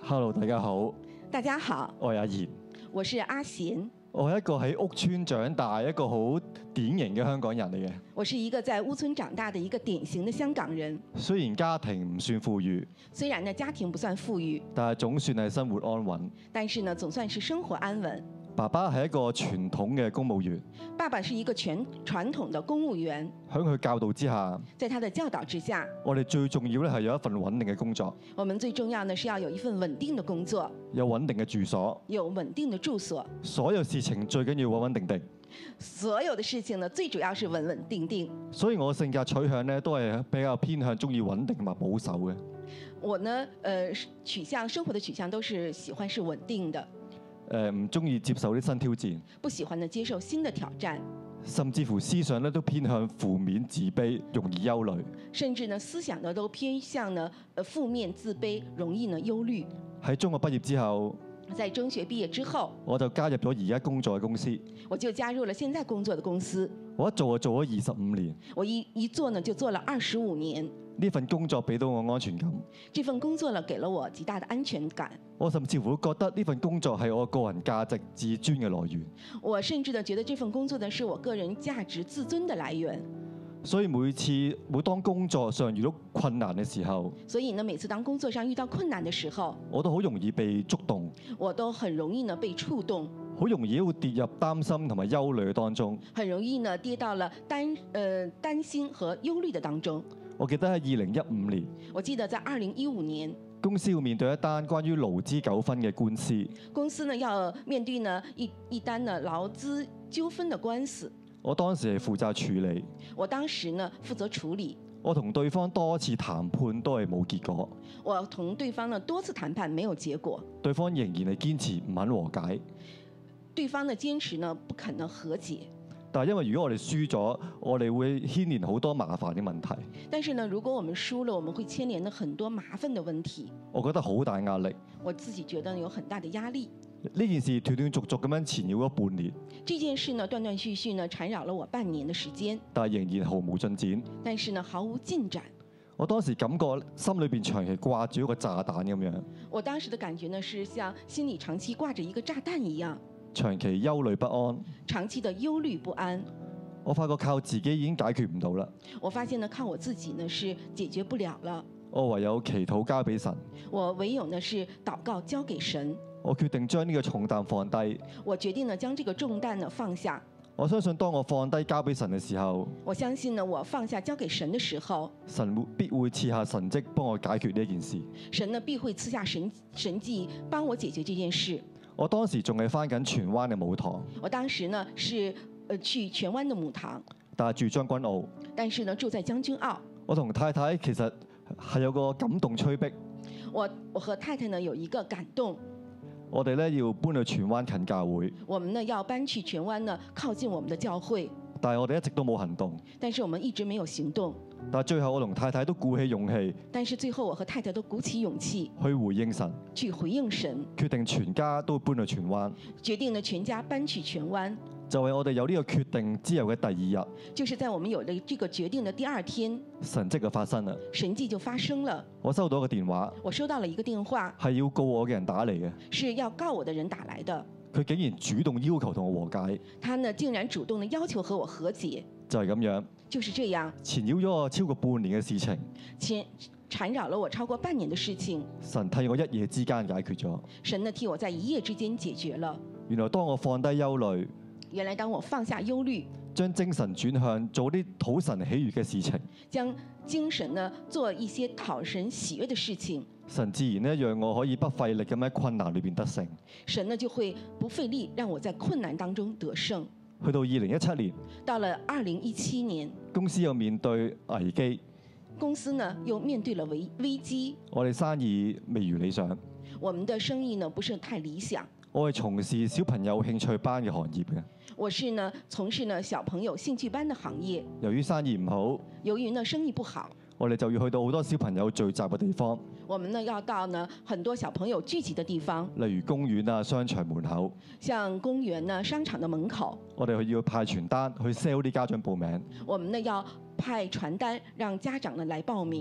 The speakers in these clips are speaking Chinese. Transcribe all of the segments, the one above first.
Hello， 大家好， 大家好， 我係阿賢。 我是阿賢。 我係一個喺屋村長大、一個好典型嘅香港人嚟嘅。 我是一個在屋村長大的一個典型的香港人。 雖然家庭唔算富裕， 雖然呢家庭不算富裕， 但係總算係生活安穩。 但是呢總算是生活安穩。 爸爸係一個傳統嘅公務員， 爸爸是一個傳統的公務員。 喺佢教導之下， 在他的教導之下， 我哋最重要咧係有一份穩定嘅工作， 我們最重要呢是要有一份穩定的工作， 有穩定嘅住所， 有穩定的住所。 所有事情最緊要穩穩定定。 所有的事情呢，最主要是穩穩定定。 所以我性格取向呢，都係比較偏向中意穩定同埋保守嘅。 我呢，生活的取向都是喜歡是穩定的。 唔中意接受啲新挑戰， 不喜歡呢接受新的挑戰， 甚至乎思想咧都偏向負面、自卑，容易憂慮。 甚至呢思想呢都偏向呢負面、自卑，容易呢憂慮。 喺中學畢業之後， 在中學畢業之後， 我就加入咗而家工作嘅公司。 我就加入了現在工作的公司。 我一做就做咗25年。 我一做呢就做了25年。 呢份工作俾到我安全感。 這份工作呢給了我極大的安全感。 我甚至乎覺得呢份工作係我個人價值自尊嘅來源。 我甚至呢覺得這份工作呢是我個人價值自尊的來源。 所以每當工作上遇到困難嘅時候， 所以呢每次當工作上遇到困難的時候， 我都好容易被觸動。 我都很容易呢被觸動。 好容易會跌入擔心同埋憂慮當中。 很容易呢跌到了擔心和憂慮的當中。 我記得喺2015年， 我記得在2015年， 公司要面對一單關於勞資糾紛嘅官司。 公司呢要面對呢一單呢勞資糾紛的官司。 我當時係負責處理。 我當時呢負責處理。 我同對方多次談判都係冇結果。 我同對方呢多次談判沒有結果。 對方仍然係堅持唔肯和解。 對方呢堅持呢不肯呢和解。 但係因為如果我哋輸咗，我哋會牽連好多麻煩嘅問題。 但是呢，如果我們輸了，我們會牽連了很多麻煩的問題。 我覺得好大壓力。 我自己覺得有很大的壓力。 呢件事斷斷續續咁樣纏繞咗半年。 這件事呢斷斷續續呢纏繞了我半年的時間。 但係仍然毫無進展。 但是呢毫無進展。 我當時感覺心裏邊長期掛住一個炸彈咁樣。 我當時的感覺呢是像心裡長期掛着一個炸彈一樣。 長期憂慮不安， 長期的憂慮不安。 我發覺靠自己已經解決唔到啦。 我發現呢靠我自己呢是解決不了了。 我唯有祈禱交俾神。 我唯有呢是禱告交給神。 我決定將呢個重擔放低。 我決定呢將這個重擔呢放下。 我相信當我放低交俾神嘅時候， 我相信呢我放下交給神的時候， 神必會賜下神蹟幫我解決呢件事。 神呢必會賜下神蹟幫我解決這件事。 我當時仲係返緊荃灣嘅母堂。 我當時呢是去荃灣的母堂， 但係住將軍澳。 但是呢住在將軍澳。 我同太太其實係有個感動催逼。 我和太太呢有一個感動。 我哋咧要搬去荃灣近教會。 我們呢要搬去荃灣呢靠近我們的教會。 但係我哋一直都冇行動。 但是我們一直沒有行動。 但係最後我同太太都鼓起勇氣。 但是最後我和太太都鼓起勇氣去回應神。 去回應神。 決定全家都搬去荃灣。 決定呢全家搬去荃灣。 就係我哋有呢個決定之後嘅第2日。 就是在我們有了這個決定的第2天。 神蹟就發生啦。 神蹟就發生了。 我收到一個電話。 我收到了一個電話。 係要告我嘅人打嚟嘅。 是要告我的人打來的。 佢竟然主動要求同我和解。 他呢竟然主動的要求和我和解。 就係咁樣。 就是這樣。 纏繞咗我超過半年嘅事情。 纏繞了我超過半年的事情。 神替我一夜之間解決咗。 神呢替我在一夜之間解決了。 原來當我放低憂慮。 原來當我放下憂慮， 將精神轉向做啲討神喜悅嘅事情， 將精神呢做一些討神喜悅的事情， 神自然呢讓我可以不費力咁喺困難裏邊得勝。 神呢就會不費力讓我在困難當中得勝。 去到2017年， 到了2017年， 公司又面對危機， 公司呢又面對了危機， 我哋生意未如理想， 我們的生意呢不是太理想。 我係從事小朋友興趣班嘅行業嘅。 我是呢從事呢小朋友興趣班的行業。 由於生意唔好， 由於呢生意不好， 我哋就要去到好多小朋友聚集嘅地方。 我們呢要到呢很多小朋友聚集的地方， 例如公園啊、商場門口。 像公園呢、商場的門口。 我哋要派傳單去 sell 啲家長報名。 我們呢要派傳單讓家長呢來報名。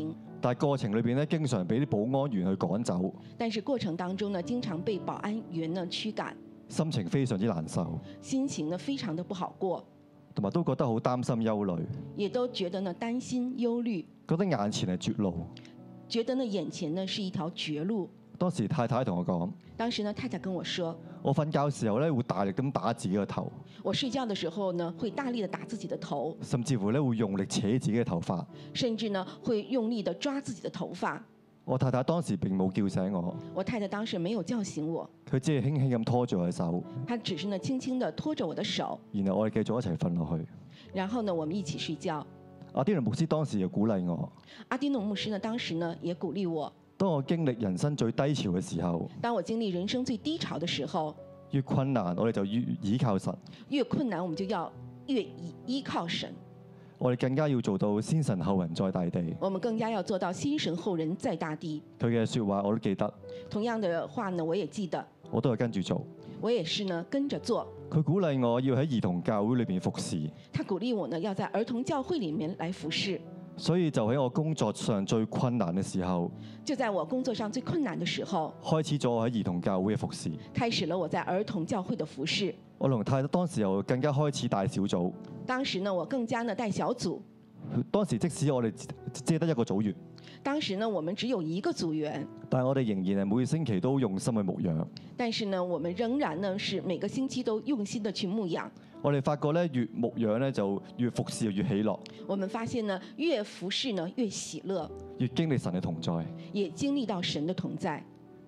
但係過程裏邊咧，經常俾啲保安員去趕走， 但是過程當中呢，經常被保安員呢驅趕， 心情非常之難受， 心情呢非常的不好過， 同埋都覺得好擔心憂慮， 也都覺得呢擔心憂慮， 覺得眼前係絕路。 覺得呢眼前呢是一條絕路。 當時太太同我講， 當時呢太太跟我說， 我瞓覺時候咧會大力咁打自己個頭， 我睡覺的時候呢會大力的打自己的頭， 甚至乎咧會用力扯自己嘅頭髮。 甚至呢會用力的抓自己的頭髮。 我太太當時並冇叫醒我， 我太太當時沒有叫醒我， 佢只係輕輕咁拖住我嘅手， 她只是呢輕輕的拖着我的手， 然後我哋繼續一齊瞓落去。 然後呢我們一起睡覺。 阿丁奴牧師當時就鼓勵我， 阿丁奴牧師呢當時呢也鼓勵我， 當我經歷人生最低潮嘅時候， 當我經歷人生最低潮的時候， 越困難我哋就越倚靠神， 越困難我們就要越依靠神， 我哋更加要做到先神後人在大地。 我們更加要做到先神後人在大地。 佢嘅説話我都記得， 同樣的話呢，我也記得， 我都係跟住做。 我也是呢跟着做。 佢鼓勵我要喺兒童教會裏邊服侍， 他鼓勵我呢要在兒童教會裡面來服侍。 所以就喺我工作上最困難嘅時候， 就在我工作上最困難的時候， 開始咗我喺兒童教會嘅服侍。 開始了我在兒童教會的服侍。 我同太太當時又更加開始帶小組。 當時呢，我更加呢帶小組。 當時即使我哋只係得一個組員， 當時呢，我們只有一個組員， 但係我哋仍然係每個星期都用心去牧養。 但是呢，我們仍然呢是每個星期都用心的去牧養。 我哋發覺咧，越牧養咧就越服侍就越喜樂， 我們發現呢，越服侍呢越喜樂， 越經歷神嘅同在。 也經歷到神的同在。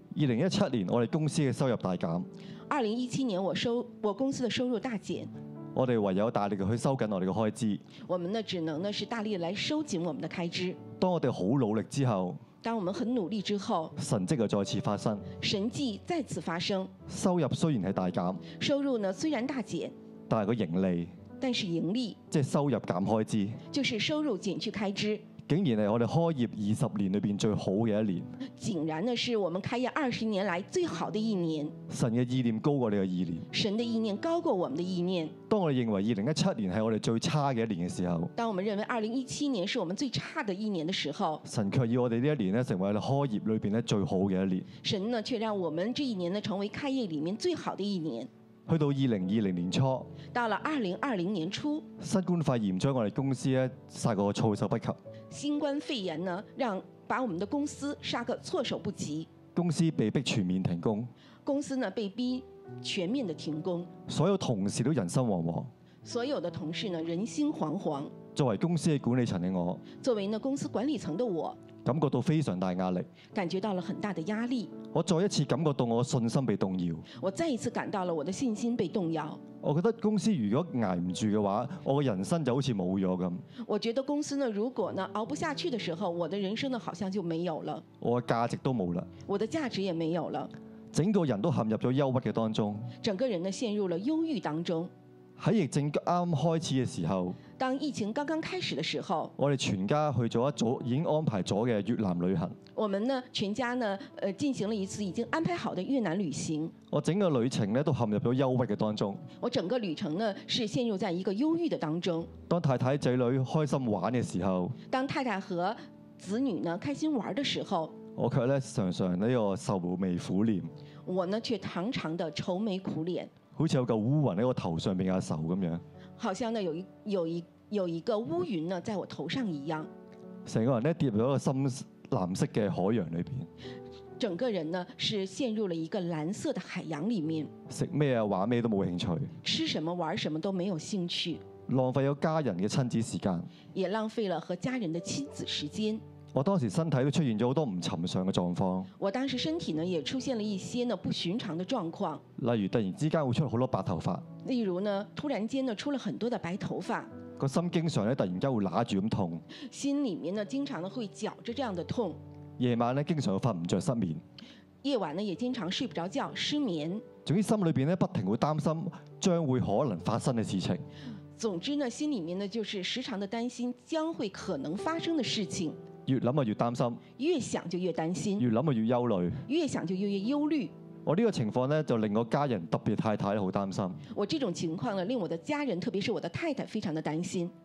2017年我哋公司嘅收入大減， 2017年我公司的收入大減， 我哋唯有大力去收緊我哋嘅開支。 我們呢只能呢是大力來收緊我們的開支。 當我哋好努力之後， 當我們很努力之後， 神蹟又再次發生， 神蹟再次發生。 收入雖然係大減， 收入呢雖然大減， 但係個盈利， 但是盈利即係收入減開支， 就是收入減去開支， 竟然係我哋開業20年裏邊最好嘅一年。 竟然呢是我們開業20年來最好的一年。 神嘅意念高過你嘅意念。 神的意念高過我們的意念。 當我哋認為2017年係我哋最差嘅一年嘅時候， 當我們認為2017年是我們最差的一年的時候， 神卻要我哋呢一年咧成為我哋開業裏邊咧最好嘅一年。 神呢卻讓我們這一年呢成為開業裡面最好的一年。 去到2020年初， 到了2020年初， 新冠肺炎將我哋公司咧殺個措手不及， 新冠肺炎呢把我們的公司殺個措手不及， 公司被逼全面停工， 公司呢被逼全面的停工， 所有同事都人心惶惶。 所有的同事呢人心惶惶。 作為公司嘅管理層嘅我， 作為呢公司管理層的我， 感覺到非常大壓力。 感覺到了很大的壓力。 我再一次感覺到我信心被動搖。 我再一次感到了我的信心被動搖。 我覺得公司如果捱唔住嘅話，我嘅人生就好似冇咗咁。 我覺得公司呢，如果呢熬不下去的時候，我的人生呢好像就沒有了， 我嘅價值都冇啦， 我的價值也沒有了， 整個人都陷入咗憂鬱嘅當中。 整個人呢陷入了憂鬱當中。 喺疫症啱開始嘅時候， 當疫情剛剛開始的時候， 我哋全家去咗一組已經安排咗嘅越南旅行。 我們呢全家呢進行了一次已經安排好的越南旅行。 我整個旅程咧都陷入咗憂鬱嘅當中。 我整個旅程呢是陷入在一個憂鬱的當中。 當太太仔女開心玩嘅時候， 當太太和子女呢開心玩的時候， 我卻咧常常呢個愁眉苦臉， 我呢卻常常的愁眉苦臉， 好似有嚿烏雲喺我頭上邊嘅愁咁樣。 好像呢有一個烏雲呢在我頭上一樣， 成個人咧跌入咗一個深藍色嘅海洋裏邊。 整個人呢是陷入了一個藍色的海洋裡面， 食咩啊玩咩都冇興趣， 吃什麼玩什麼都沒有興趣， 浪費咗家人嘅親子時間， 也浪費了和家人的親子時間。 我當時身體都出現咗好多唔尋常嘅狀況， 我當時身體呢也出現了一些呢不尋常的狀況， 例如突然之間會出好多白頭髮， 例如呢突然間呢出了很多的白頭髮， 個心經常咧突然間會揦住咁痛， 心裡面呢經常呢會絞着這樣的痛， 夜晚咧經常會瞓唔着失眠， 夜晚呢也經常睡不着覺失眠。 總之心裏邊咧不停會擔心將會可能發生嘅事情。 總之呢心裡面呢就是時常的擔心將會可能發生的事情， 越諗啊越擔心， 越想就越擔心， 越諗啊越憂慮。 越想就越憂慮。 我呢個情況咧就令我家人特別太太好擔心。 我這種情況呢令我的家人，特別是我的太太非常的擔心。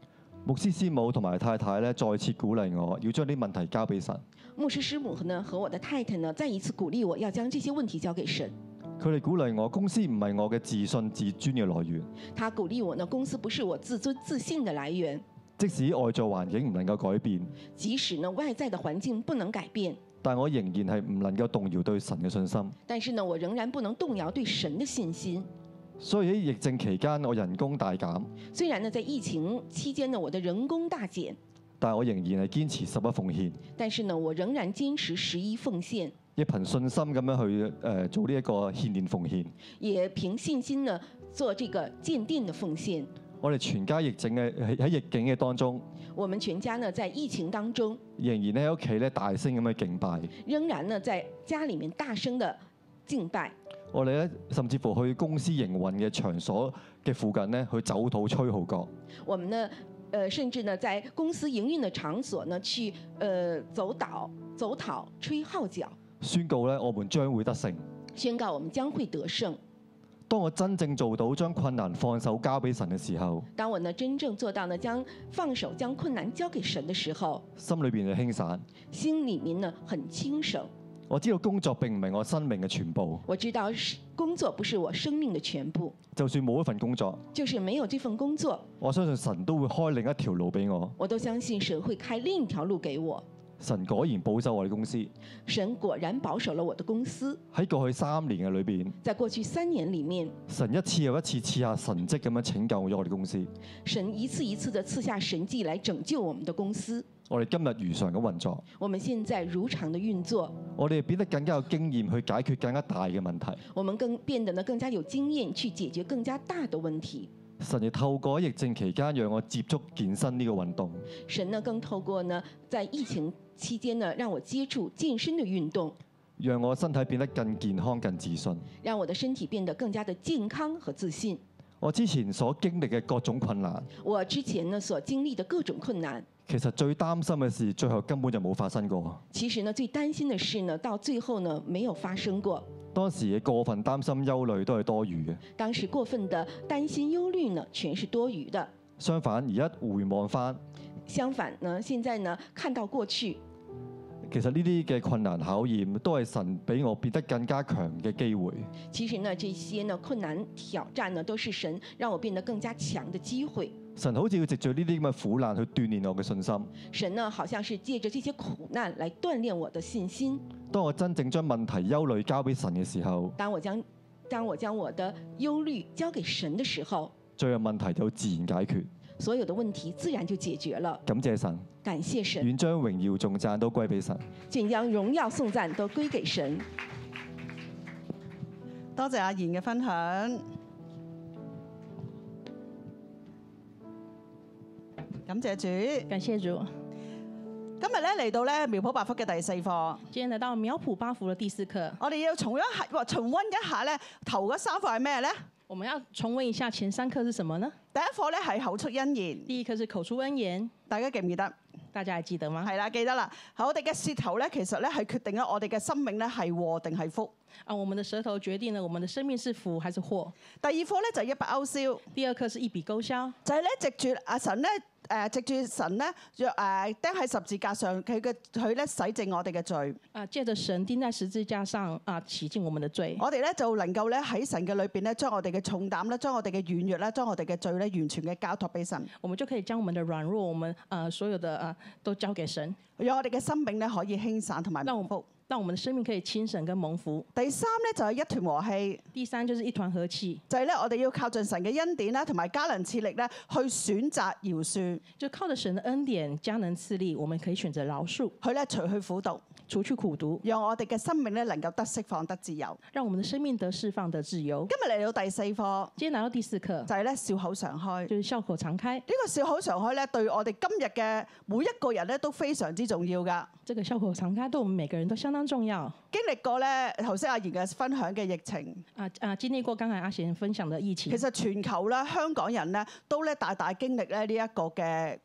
牧師師母同埋太太咧，再次鼓勵我要將啲問題交俾神。 牧師師母呢和我的太太呢，再一次鼓勵我要將這些問題交給神。 佢哋鼓勵我，公司唔係我嘅自信自尊嘅來源。 他鼓勵我呢，公司不是我自尊自信的來源。 即使外在環境唔能夠改變， 即使呢外在的環境不能改變， 但我仍然係唔能夠動搖對神嘅信心。 但是呢，我仍然不能動搖對神的信心。 所以喺疫症期間，我人工大減， 雖然呢在疫情期間呢，我的人工大減， 但我仍然係堅持11奉獻， 但是呢，我仍然堅持11奉獻， 亦憑信心咁樣去做呢一個獻殿奉獻。 也憑信心呢做這個建殿的奉獻。 我哋全家疫症嘅喺疫境嘅當中， 我們全家呢在疫情當中， 仍然喺屋企咧大聲咁去敬拜。 仍然呢在家裡面大聲的敬拜。 我哋咧甚至乎去公司營運嘅場所嘅附近咧去走禱吹號角。 我們呢甚至呢在公司營運的場所呢去走討吹號角， 宣告咧我們將會得勝。 宣告我們將會得勝。 當我真正做到將困難放手交俾神嘅時候， 當我呢真正做到呢將放手將困難交給神的時候， 心裏邊就輕散， 心裡面呢很輕省。 我知道工作並唔係我生命嘅全部， 我知道工作不是我生命的全部， 就算冇一份工作， 就是沒有這份工作， 我相信神都會開另一條路俾我。 我都相信神會開另一條路給我。 神果然保守我哋公司， 神果然保守了我的公司。 喺過去3年嘅裏邊， 在過去3年裡面， 神一次又一次賜下神蹟咁樣拯救咗我哋公司。 神一次一次的賜下神蹟來拯救我們的公司。 我哋今日如常咁運作， 我們現在如常的運作， 我哋變得更加有經驗去解決更加大嘅問題。 我們變得呢更加有經驗去解決更加大的問題。 神亦透過疫症期間讓我接觸健身呢個運動。 神呢更透過呢在疫情期間呢讓我接觸健身的運動， 讓我身體變得更健康、更自信。 讓我的身體變得更加的健康和自信。 我之前所經歷嘅各種困難， 我之前呢所經歷的各種困難， 其實最擔心嘅事，最後根本就冇發生過。 其實呢最擔心的事呢，到最後呢沒有發生過。 當時嘅過分擔心、憂慮都係多餘嘅。 當時過分的擔心、憂慮呢，全是多餘的。 相反，而家回望翻， 相反呢，現在呢看到過去， 其實呢啲嘅困難考驗都係神俾我變得更加強嘅機會。 其實呢，這些呢困難挑戰呢，都是神讓我變得更加強的機會。 神好似要藉住呢啲咁嘅苦難去鍛鍊我嘅信心。 神呢，好像是借着這些苦難來鍛鍊我的信心。 當我真正將問題、憂慮交俾神嘅時候， 當我將我的憂慮交給神的時候， 最後問題就自然解決， 所有的問題自然就解決了。 感謝神， 感謝神， 願將榮耀頌讚都歸俾神。 願將榮耀頌讚都歸給神。 多謝阿賢嘅分享，感謝主， 感謝主。 今日咧嚟到咧苗圃八福嘅第4課， 今天來到苗圃八福的第4課， 我哋要重溫一下咧頭嗰3課係咩咧？ 我們要重溫一下前3課是什麼呢？ 第一課咧係口出恩言， 第一課是口出恩言， 大家記唔記得？ 大家還記得嗎？ 係啦，記得啦。我哋嘅舌頭咧，其實咧係決定咗我哋嘅生命咧係禍定係福。 啊，我們的舌頭決定了我們的生命是福還是禍。 第2課咧就係一筆勾銷， 第2課是一筆勾銷， 就係咧藉住阿神咧。藉住神咧，釘喺十字架上，佢咧洗淨我哋嘅罪。 啊，借着神釘在十字架上啊，洗淨我們的罪。 我哋咧就能夠咧喺神嘅裏邊咧，將我哋嘅重擔咧，將我哋嘅軟弱咧，將我哋嘅罪咧，完全嘅交託俾神。 我們就可以將我們的軟弱，我們所有的都交給神， 讓我哋嘅生命咧可以輕散同埋蒙福。 讓我們的生命可以輕省跟蒙福。 第3咧就係一團和氣。 第3就是一團和氣， 就係咧我哋要靠盡神嘅恩典啦，同埋加能賜力咧，去選擇饒恕。 就靠着神的恩典加能賜力，我們可以選擇饒恕。 去咧除去苦毒， 除去苦毒， 讓我哋嘅生命咧能夠得釋放得自由。 讓我們的生命得釋放得自由。 今日嚟到第4課， 今天來到第4課， 就係咧笑口常開， 就是笑口常開。 呢個笑口常開咧，對我哋今日嘅每一個人咧都非常之重要㗎。 這個笑口常開對我們每個人都相當重要。 經歷過咧頭先阿賢嘅分享嘅疫情， 經歷過剛才阿賢分享嘅疫情。 其實全球咧香港人咧都咧大大經歷咧呢一個嘅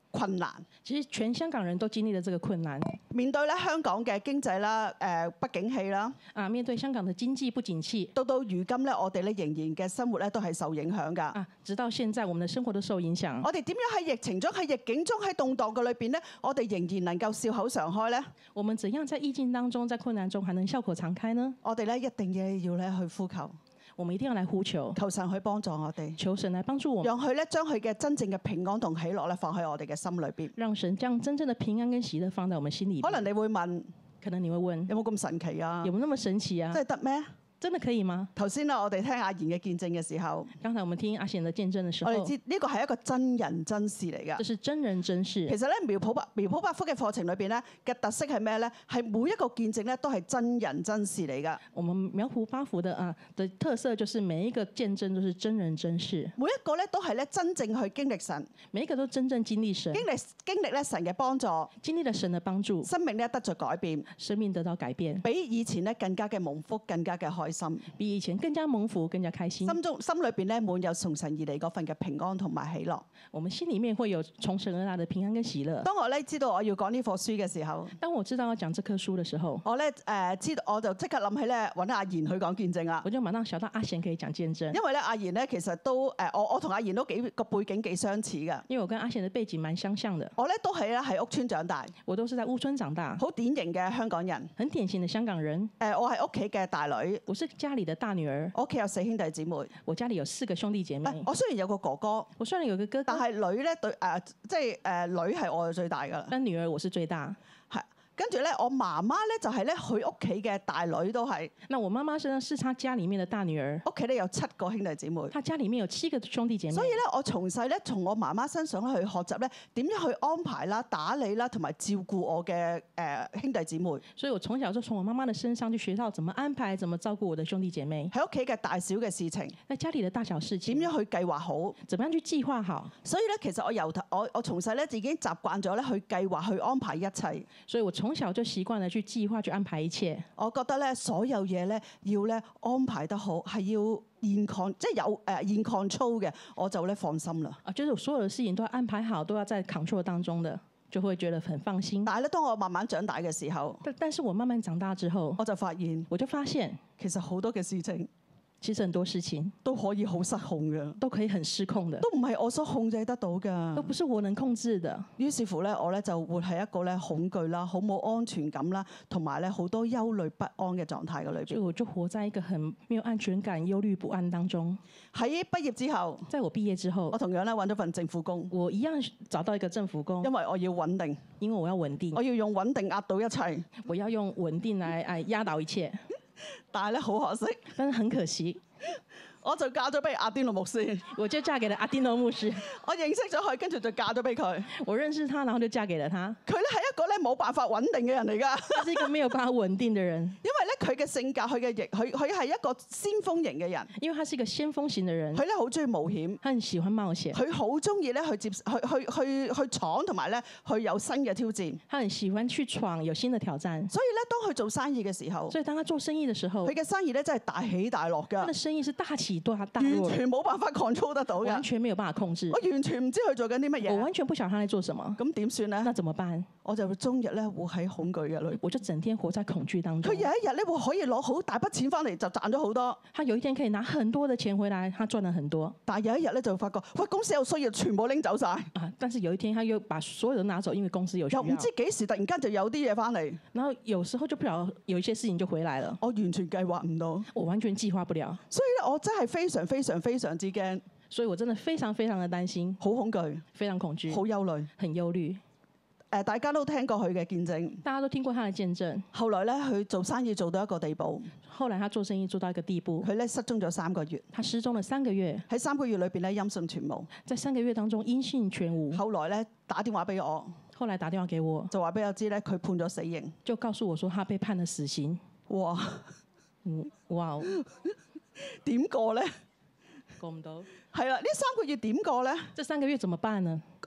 困難。 其實全香港人都經歷了這個困難面對咧香港嘅經濟啦、不景氣啦， 啊，面對香港的經濟不景氣到如今咧，我哋咧仍然嘅生活咧都係受影響㗎。 啊，直到現在我們的生活都受影響。 我哋點樣喺疫情中、喺逆境中、喺動盪嘅裏邊咧，我哋仍然能夠笑口常開咧？ 我們怎樣在逆境當中、在困難中還能笑口常開呢？ 我哋咧一定要咧去呼求， 我們一定要來呼求， 求神去幫助我哋， 求神來幫助我們， 讓佢咧將佢嘅真正嘅平安同喜樂咧放喺我哋嘅心裏邊。 讓神將真正的平安跟喜樂放在我們心裡。 可能你會問， 可能你會問， 有冇咁神奇啊？ 有沒有那麼神奇啊？ 真係得咩？ 真的可以嗎？ 頭先咧，我哋聽阿賢嘅見證嘅時候， 剛才我們聽阿賢的見證的時候， 我哋知呢個係一個真人真事嚟㗎這。是真人真事。 其實咧，苗圃百福嘅課程裏邊咧嘅特色係咩咧？係每一個見證咧都係真人真事嚟㗎。 我們苗圃八福的特色就是每一個見證都是真人真事， 每一個咧都係咧真正去經歷神， 每一個都真正經歷神， 經歷咧神嘅幫助， 經歷了神的幫助， 生命咧得着改變， 生命得到改變， 比以前咧更加嘅蒙福，更加嘅開心， 比以前更加蒙福，更加開心。 心裏邊咧滿有從神而嚟嗰份嘅平安同埋喜樂。 我們心裡面會有從神而來的平安跟喜樂。 當我咧知道我要講呢課書嘅時候， 當我知道要講這棵書的時候， 我咧知道我就即刻諗起咧揾阿賢去講見證啦。 我就馬上想到阿賢可以講見證， 因為咧阿賢咧其實都我同阿賢都個背景幾相似㗎。 因為我跟阿賢的背景蠻相像的， 我咧都係咧喺屋村長大， 我都是在屋村長大， 好典型嘅香港人。 很典型的香港人。 我係屋企嘅大女， 我是家裡的大女兒， 我屋企有4兄弟姊妹。 我家裡有4個兄弟姐妹。 我雖然有個哥哥， 我雖然有個哥哥， 但係女咧女係我最大㗎啦。 但女兒我是最大。 係跟住咧，我媽媽咧就係咧佢屋企嘅大女都係。 那我媽媽呢是她家裡面的大女兒， 屋企咧有7個兄弟姊妹。 她家裡面有7個兄弟姐妹。 所以咧，我從細咧從我媽媽身上咧去學習咧點樣去安排啦、打理啦，同埋照顧我嘅兄弟姊妹。 所以我從小就從我媽媽的身上去學到怎麼安排、怎麼照顧我的兄弟姐妹。 喺屋企嘅大小嘅事情， 在家裡的大小事情， 點樣去計劃好？ 怎麼樣去計劃好？ 所以咧，其實我從細咧已經習慣咗咧去計劃、去安排一切。 所以我從小就習慣了去計劃、去安排一切。 我覺得咧，所有嘢咧要咧安排得好，係要即係有現 control 嘅，我就咧放心啦。 啊，就是我所有的事情都要安排好，都要在 control 當中的，就會覺得很放心。 但係咧，當我慢慢長大嘅時候， 但是我慢慢長大之後， 我就發現其實好多嘅事情其實很多事情都可以好失控嘅， 都可以很失控的， 都唔係我所控制得到㗎， 都不是我能控制的。 於是乎咧，我咧就活喺一個咧恐懼啦、好冇安全感啦，同埋咧好多憂慮不安嘅狀態嘅裏邊。 所以我就活在一個很沒有安全感、憂慮不安當中。 喺畢業之後， 在我畢業之後， 我同樣咧揾咗份政府工， 我一樣找到一個政府工， 因為我要穩定， 因為我要穩定， 我要用穩定壓倒一切。 我要用穩定來壓倒一切。 但係咧好可惜， 但是很可惜。 我就嫁咗俾阿甸奴牧師， 我就嫁給了阿丁諾牧師。 我認識咗佢，跟住就嫁咗俾佢。 我認識他，然後就嫁給了他。 佢咧係一個咧冇辦法穩定嘅人嚟㗎。 他是一個沒有辦法穩定的人， 因為咧佢嘅性格，佢係一個先鋒型嘅人。 因為他是一個先鋒型的人， 佢咧好中意冒險， 他很喜歡冒險， 佢好中意咧去闖，同埋咧去有新嘅挑戰。 他很喜歡去闖，有新的挑戰。 所以咧，當佢做生意嘅時候， 所以當他做生意的時候， 佢嘅生意咧真係大起大落㗎， 他的生意是大起大落， 完全冇辦法 control 得到完㗎。 全沒有辦法控制。 我完全唔知佢做緊啲乜嘢， 我完全不曉得他在做什麼。 咁點算咧？ 那怎麼辦？ 我就終日咧活喺恐懼嘅裏邊。 我就整天活在恐懼當中。 佢有一日咧會可以攞好大筆錢翻嚟，就賺咗好多。 他有一天可以拿很多的錢回來，他賺了很多。 但係有一日咧就會發覺，喂，公司有需要，全部拎走晒。 啊！但是有一天他又把所有都拿走，因為公司有需要。 又唔知幾時突然間就有啲嘢翻嚟。 然後有時候就不曉得有一些事情就回來了。 我完全計劃唔到， 我完全計劃不了。 所以咧我真係非常非常非常之驚， 所以我真的非常非常的擔心， 好恐懼， 非常恐懼， 好憂慮。 很憂慮。 大家都聽過佢嘅見證。 大家都聽過他的見證。 後來咧，佢做生意做到一個地步， 後來他做生意做到一個地步， 佢咧失蹤咗3個月。 他失蹤了3個月。 喺3個月裏邊咧，音訊全無。 在3個月當中音訊全無。 後來咧打電話俾我， 後來打電話給我， 就話俾我知咧，佢判咗死刑。 就告訴我說他被判了死刑。 哇！ 哇！ 點過咧？ 過唔到。 係啦，呢3個月點過咧？ 這3個月怎麼辦呢？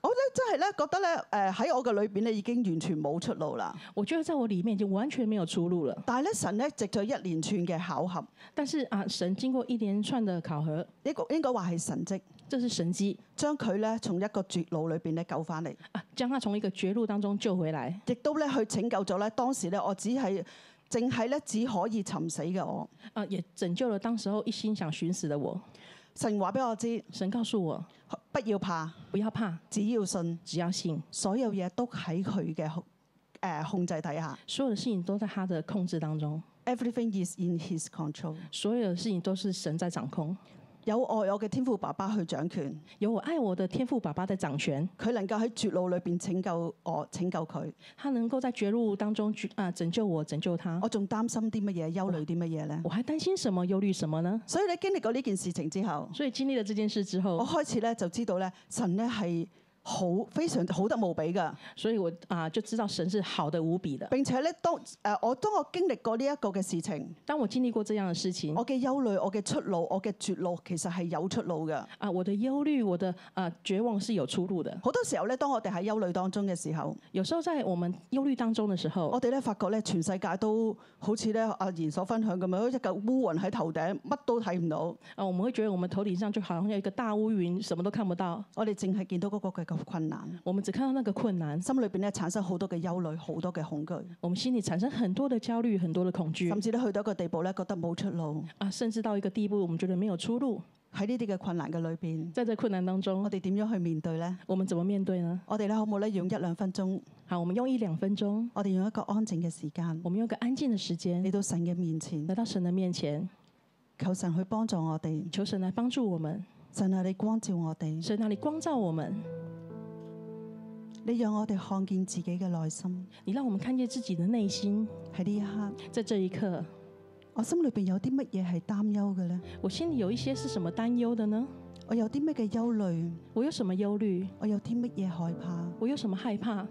我咧真係咧覺得咧喺我嘅裏邊咧已經完全冇出路啦。 我覺得在我裡面已經完全沒有出路了。 但係咧神咧藉咗一連串嘅巧合， 但是神經過一連串的考核， 應該話係神蹟， 這是神蹟將佢咧從一個絕路裏邊咧救翻嚟， 將他從一個絕路當中救回來， 亦都咧去拯救咗咧當時咧我淨係咧只可以尋死嘅我。 也拯救了當時候一心想尋死的我。 神話俾我知， 神告訴我不要怕， 不要怕， 只要信， 只要信， 所有嘢都喺佢嘅控制底下。 所有的事情都在他的控制當中。 Everything is in His control。 所有的事情都是神在掌控。 有愛我嘅天父爸爸去掌權， 有我愛我的天父爸爸在掌權， 佢能夠喺絕路裏邊拯救我，拯救佢。 他能夠在絕路當中拯救我，拯救他。 我仲擔心啲乜嘢，憂慮啲乜嘢咧？ 我還擔心什麼，憂慮什麼呢？ 所以你經歷過呢件事情之後， 所以經歷了這件事之後， 我開始咧就知道咧，神咧係非常好得無比噶。 所以我就知道神是好的無比的。 並且咧，當我經歷過呢一個嘅事情， 當我經歷過這樣的事情， 我嘅憂慮、我嘅出路、我嘅絕路，其實係有出路嘅。 我的憂慮、我的絕望是有出路的。 好多時候咧，當我哋喺憂慮當中嘅時候， 有時候在我們憂慮當中的時候， 我哋咧發覺咧，全世界都好似咧阿賢所分享咁樣，好似一嚿烏雲喺頭頂，乜都睇唔到。 我們會覺得我們頭頂上就好像有一個大烏雲，什麼都看不到。 我哋淨係見到嗰個嘅困難。 我們只看到那個困難， 心裏邊咧產生好多嘅憂慮，好多嘅恐懼。 我們心裡產生很多的焦慮，很多的恐懼， 甚至咧去到一個地步咧，覺得冇出路。 甚至到一個地步，我們覺得沒有出路。 喺呢啲嘅困難嘅裏邊， 在這困難當中， 我哋點樣去面對呢？ 我們怎麼面對呢？ 我哋咧可唔可以用1-2分鐘？ 好，我們用1-2分鐘， 我哋用一個安靜嘅時間， 我們用一個安靜的時間嚟到神嘅面前， 來到神的面前， 求神去幫助我哋， 求神來幫助我們。 神啊，你光照我哋， 神啊，你光照我們。 你讓我哋看見自己嘅內心， 你讓我們看見自己的內心。 喺呢一刻， 在這一刻， 我心裏邊有啲乜嘢係擔憂嘅呢？ 我心裡有一些是什麼擔憂的呢？ 我有啲乜嘅憂慮？ 我有什麼憂慮？ 我有啲乜嘢害怕？ 我有什麼害怕？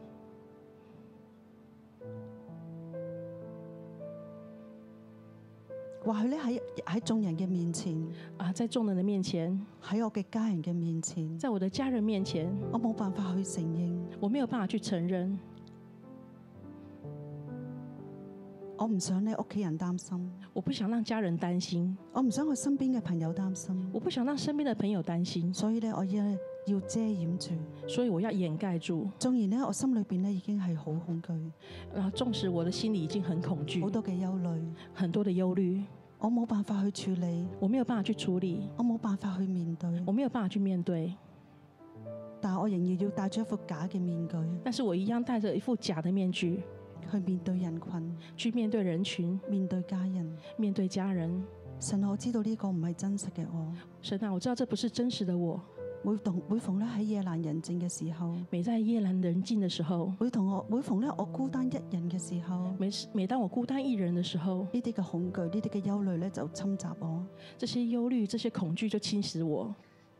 或許咧喺眾人嘅面前， 在眾人的面前， 喺我嘅家人嘅面前， 在我的家人面前， 我冇辦法去承認， 我沒有辦法去承認。 我唔想咧屋企人擔心， 我不想讓家人擔心， 我唔想我身邊嘅朋友擔心， 我不想讓身邊的朋友擔心， 所以咧我要遮掩住， 所以我要掩蓋住。 縱然咧我心裏邊咧已經係好恐懼， 然後縱使我的心裡已經很恐懼， 好多嘅憂慮， 很多的憂慮， 我冇辦法去處理， 我沒有辦法去處理， 我冇辦法去面對， 我沒有辦法去面對。 但我仍然要戴住一副假嘅面具， 但是我一樣戴着一副假的面具去面對人群， 去面對人群， 面對家人， 面對家人。 神，我知道呢個唔係真實嘅我。 神啊，我知道這不是真實的我。 每逢咧喺夜闌人靜嘅時候， 每在夜闌人靜的時候， 每逢咧我孤單一人嘅時候， 每當我孤單一人的時候， 呢啲嘅恐懼、呢啲嘅憂慮咧就侵襲我。 這些憂慮、這些恐懼就侵蝕我。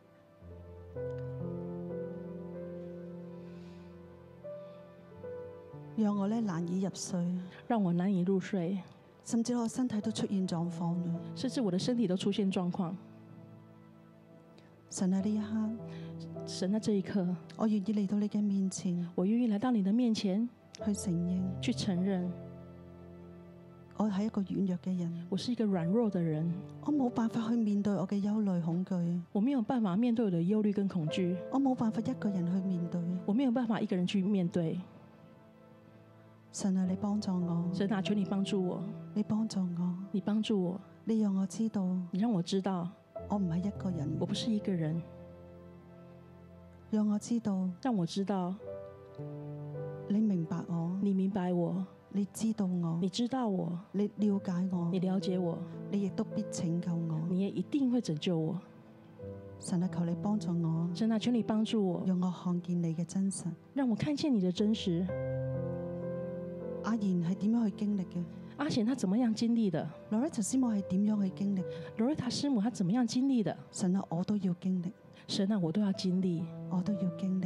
讓我咧難以入睡， 讓我難以入睡， 甚至我身體都出現狀況啦。 甚至我的身體都出現狀況。 神喺呢一刻， 神喺這一刻， 我願意嚟到你嘅面前， 我願意來到你的面前， 去承認， 去承認， 我係一個軟弱嘅人， 我是一個軟弱的人， 我冇辦法去面對我嘅憂慮恐懼， 我沒有辦法面對我的憂慮跟恐懼， 我冇辦法一個人去面對， 我沒有辦法一個人去面對。 神啊，你幫助我， 神啊，求你幫助我， 你幫助我， 你幫助我， 你讓我知道， 你讓我知道， 我唔係一個人， 我不是一個人， 讓我知道， 讓我知道， 你明白我， 你明白我， 你知道我， 你知道我， 你了解我， 你了解我， 你亦都必拯救我， 你也一定會拯救我。 神啊，求你幫助我， 神啊，求你幫助我， 讓我看見你嘅真實， 讓我看見你的真實。 阿賢係點樣去經歷嘅？ 阿賢他怎麼樣經歷的？ 羅瑞塔師母係點樣去經歷？ 羅瑞塔師母他怎麼樣經歷的？ 神啊，我都要經歷。 神啊，我都要經歷， 我都要經歷，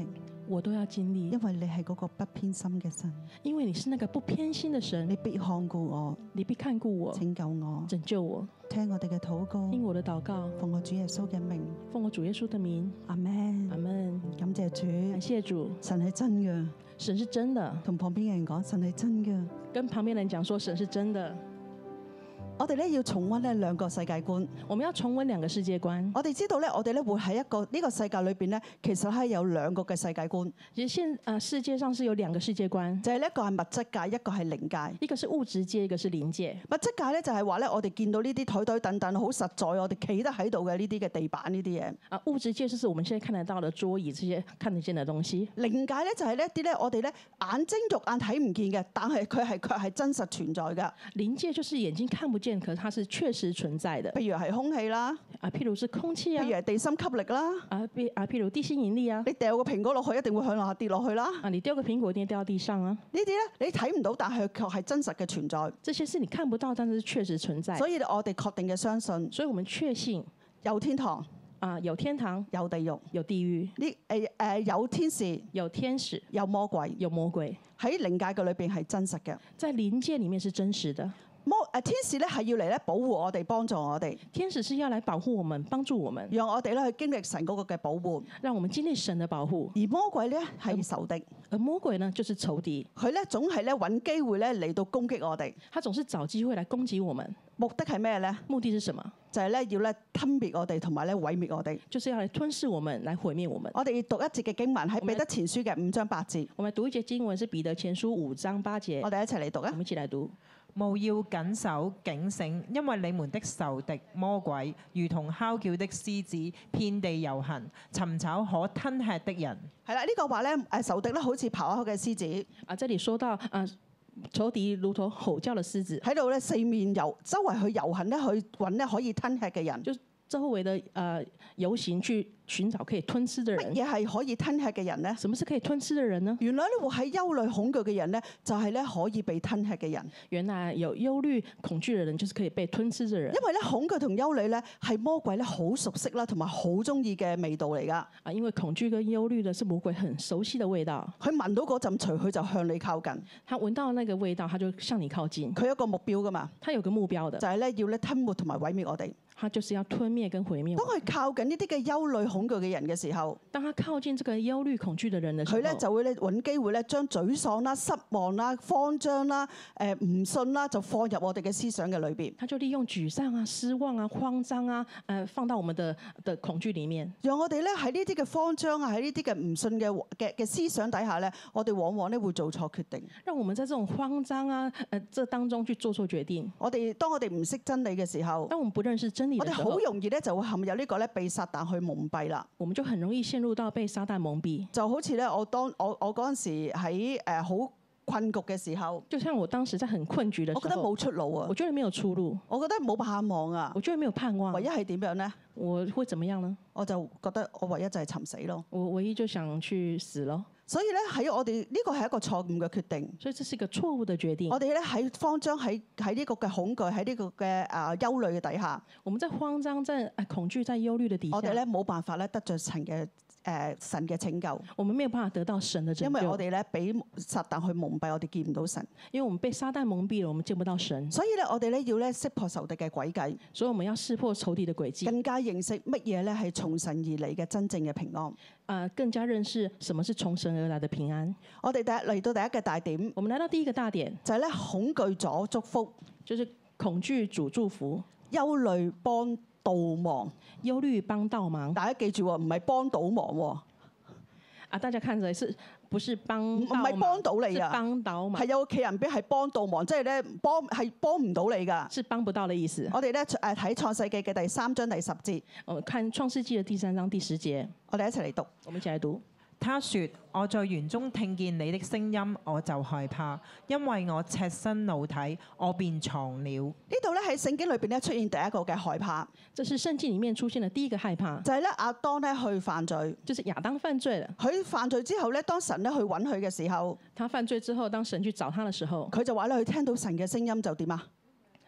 我都要經歷， 因為你係嗰個不偏心嘅神， 因為你是那個不偏心的神， 你必看顧我， 你必看顧我， 拯救我， 拯救我， 聽我哋嘅禱告， 聽我的禱告， 奉我主耶穌嘅名， 奉我主耶穌的名， 阿門阿。門。 感謝主， 感謝主， 神係真嘅， 神是真的。 同旁邊嘅人講神係真嘅。 跟旁邊人講說神是真的。 我哋咧要重溫呢兩個世界觀。 我們要重溫兩個世界觀。 我哋知道咧，我哋咧活喺呢個世界裏邊咧，其實係有兩個嘅世界觀， 其實世界上是有兩個世界觀， 就係一個係物質界，一個係靈界。 一個是物質界，一個是靈界。 物質界咧就係話咧，我哋見到呢啲台等等好實在，我哋企得喺度嘅呢啲嘅地板呢啲嘢。 物質界就是我們現在看得到的桌椅，這些看得見的東西。 靈界咧就係呢一啲咧，我哋咧眼睛肉眼睇唔見嘅，但係佢係卻係真實存在嘅。 靈界就是眼睛看不見，可是它是確實存在的。 譬如係空氣啦， 譬如是空氣啊， 譬如係地心吸力啦。 譬如地心引力啊。 你掉個蘋果落去，一定會向下跌落去啦。 你掉個蘋果一定掉到地上啊。 呢啲咧你睇唔到，但係卻係真實嘅存在。 這些是你看不到，但是確實存在。 所以我哋確定嘅相信， 所以我們確信有天堂。 有天堂， 有地獄， 有地獄。 有天使， 有天使， 有魔鬼， 有魔鬼。 喺靈界嘅裏邊係真實嘅。 在靈界裡面是真實的。 天使咧係要嚟咧保護我哋，幫助我哋。 天使是要來保護我們，幫助我們， 讓我哋咧去經歷神嗰個嘅保護， 讓我們經歷神的保護。 而魔鬼咧係仇敵， 而魔鬼呢就是仇敵。 佢咧總係咧揾機會咧嚟到攻擊我哋。 他總是找機會來攻擊我們。 目的係咩咧？ 目的是什麼？ 就係咧要咧吞滅我哋，同埋咧毀滅我哋。 就是要嚟吞噬我們，來毀滅我們。 我哋讀一節嘅經文喺彼得前書嘅5章8節。 我們讀一節經文是彼得前書5章8節。 我哋一齊嚟讀啊！ 我們一起來讀。 務要謹守警醒，因為你們的仇敵魔鬼如同哮叫的獅子，遍地遊行，尋找可吞吃的人。 係啦，呢個話咧仇敵咧好似咆哮嘅獅子。 這裡說到仇敵如同吼叫的獅子， 喺度咧四面周圍去遊行咧，去揾咧可以吞吃嘅人。 就周圍的遊行去尋找可以吞吃的人。 乜嘢係可以吞吃嘅人呢？ 什麼是可以吞吃的人呢？ 原來咧活喺憂慮恐懼嘅人咧，就係咧可以被吞吃嘅人。 原來有憂慮恐懼的人，就是可以被吞吃的人。 因為咧恐懼同憂慮咧係魔鬼咧好熟悉啦，同埋好中意嘅味道嚟㗎。 因為恐懼跟憂慮呢是魔鬼很熟悉的味道。 佢聞到嗰陣除，佢就向你靠近。 他聞到那個味道，他就向你靠近。 佢有一個目標㗎嘛？ 他有個目標的， 就係咧要咧吞沒同埋毀滅我哋。 他就是要吞滅跟毀滅。 當佢靠近呢啲嘅憂慮恐懼嘅人嘅時候， 當他靠近這個憂慮恐懼的人嘅時候， 佢咧就會咧揾機會咧將沮喪啦、失望啦、慌張啦、唔信啦，就放入我哋嘅思想嘅裏邊。 他就利用沮喪啊、失望啊、慌張啊，放到我們的恐懼裡面， 讓我哋咧喺呢啲嘅慌張啊、喺呢啲嘅唔信嘅思想底下咧，我哋往往咧會做錯決定。 讓我們在這種慌張啊、這當中去做錯決定。 當我哋唔識真理嘅時候， 當我們不認識真理嘅時候， 我哋好容易咧就會陷入呢個咧被撒旦去蒙蔽啦。 我們就很容易陷入到被撒旦蒙蔽。 就好似咧，我嗰陣時喺好困局嘅時候， 就像我當時在很困局嘅時候， 我覺得冇出路啊！ 我覺得沒有出路， 我覺得冇盼望啊！ 我覺得沒有盼望。 唯一係點樣呢？ 我會怎麼樣呢？ 我就覺得我唯一就係尋死咯。 我唯一就想去死咯。 所以咧喺我哋呢個係一個錯誤嘅決定。 所以這是一個錯誤的決定。 我哋咧喺慌張喺呢個嘅恐懼喺呢個嘅憂慮嘅底下， 我們在慌張、在恐懼、在憂慮的底下， 我哋咧冇辦法咧得着神嘅拯救。 我們沒有辦法得到神的拯救， 因為我哋咧俾撒旦去蒙蔽，我哋見唔到神。 因為我們被撒旦蒙蔽了，我們見不到神。 所以咧，我哋咧要咧識破仇敵嘅詭計。 所以我們要識破仇敵的詭計， 更加認識乜嘢咧係從神而嚟嘅真正嘅平安。 更加認識什麼是從神而來的平安。 我哋嚟到第一個大點， 我們來到第一個大點， 就係咧恐懼阻祝福， 就是恐懼主祝福， 憂慮幫倒忙， 憂慮幫倒忙。 大家記住喎，唔係幫倒忙喎。 大家看着是不是幫唔係幫到你啊？ 幫倒忙係有企人邊係幫倒忙，即係咧係幫唔到你㗎。 是幫不到的意思。 我哋咧睇創世記嘅第3章第10節。 我看創世記嘅第3章第10節。 我哋一齊嚟讀。 我們一起來讀。 他說：我在園中聽見你的聲音，我就害怕，因為我赤身露體，我便藏了。 呢度咧喺聖經裏邊咧出現第一個嘅害怕。 這是聖經裡面出現的第一個害怕， 就係咧亞當咧去犯罪， 就是亞當犯罪了。 佢犯罪之後咧，當神咧去揾佢嘅時候， 他犯罪之後，當神去找他的時候， 佢就話咧佢聽到神嘅聲音就點啊？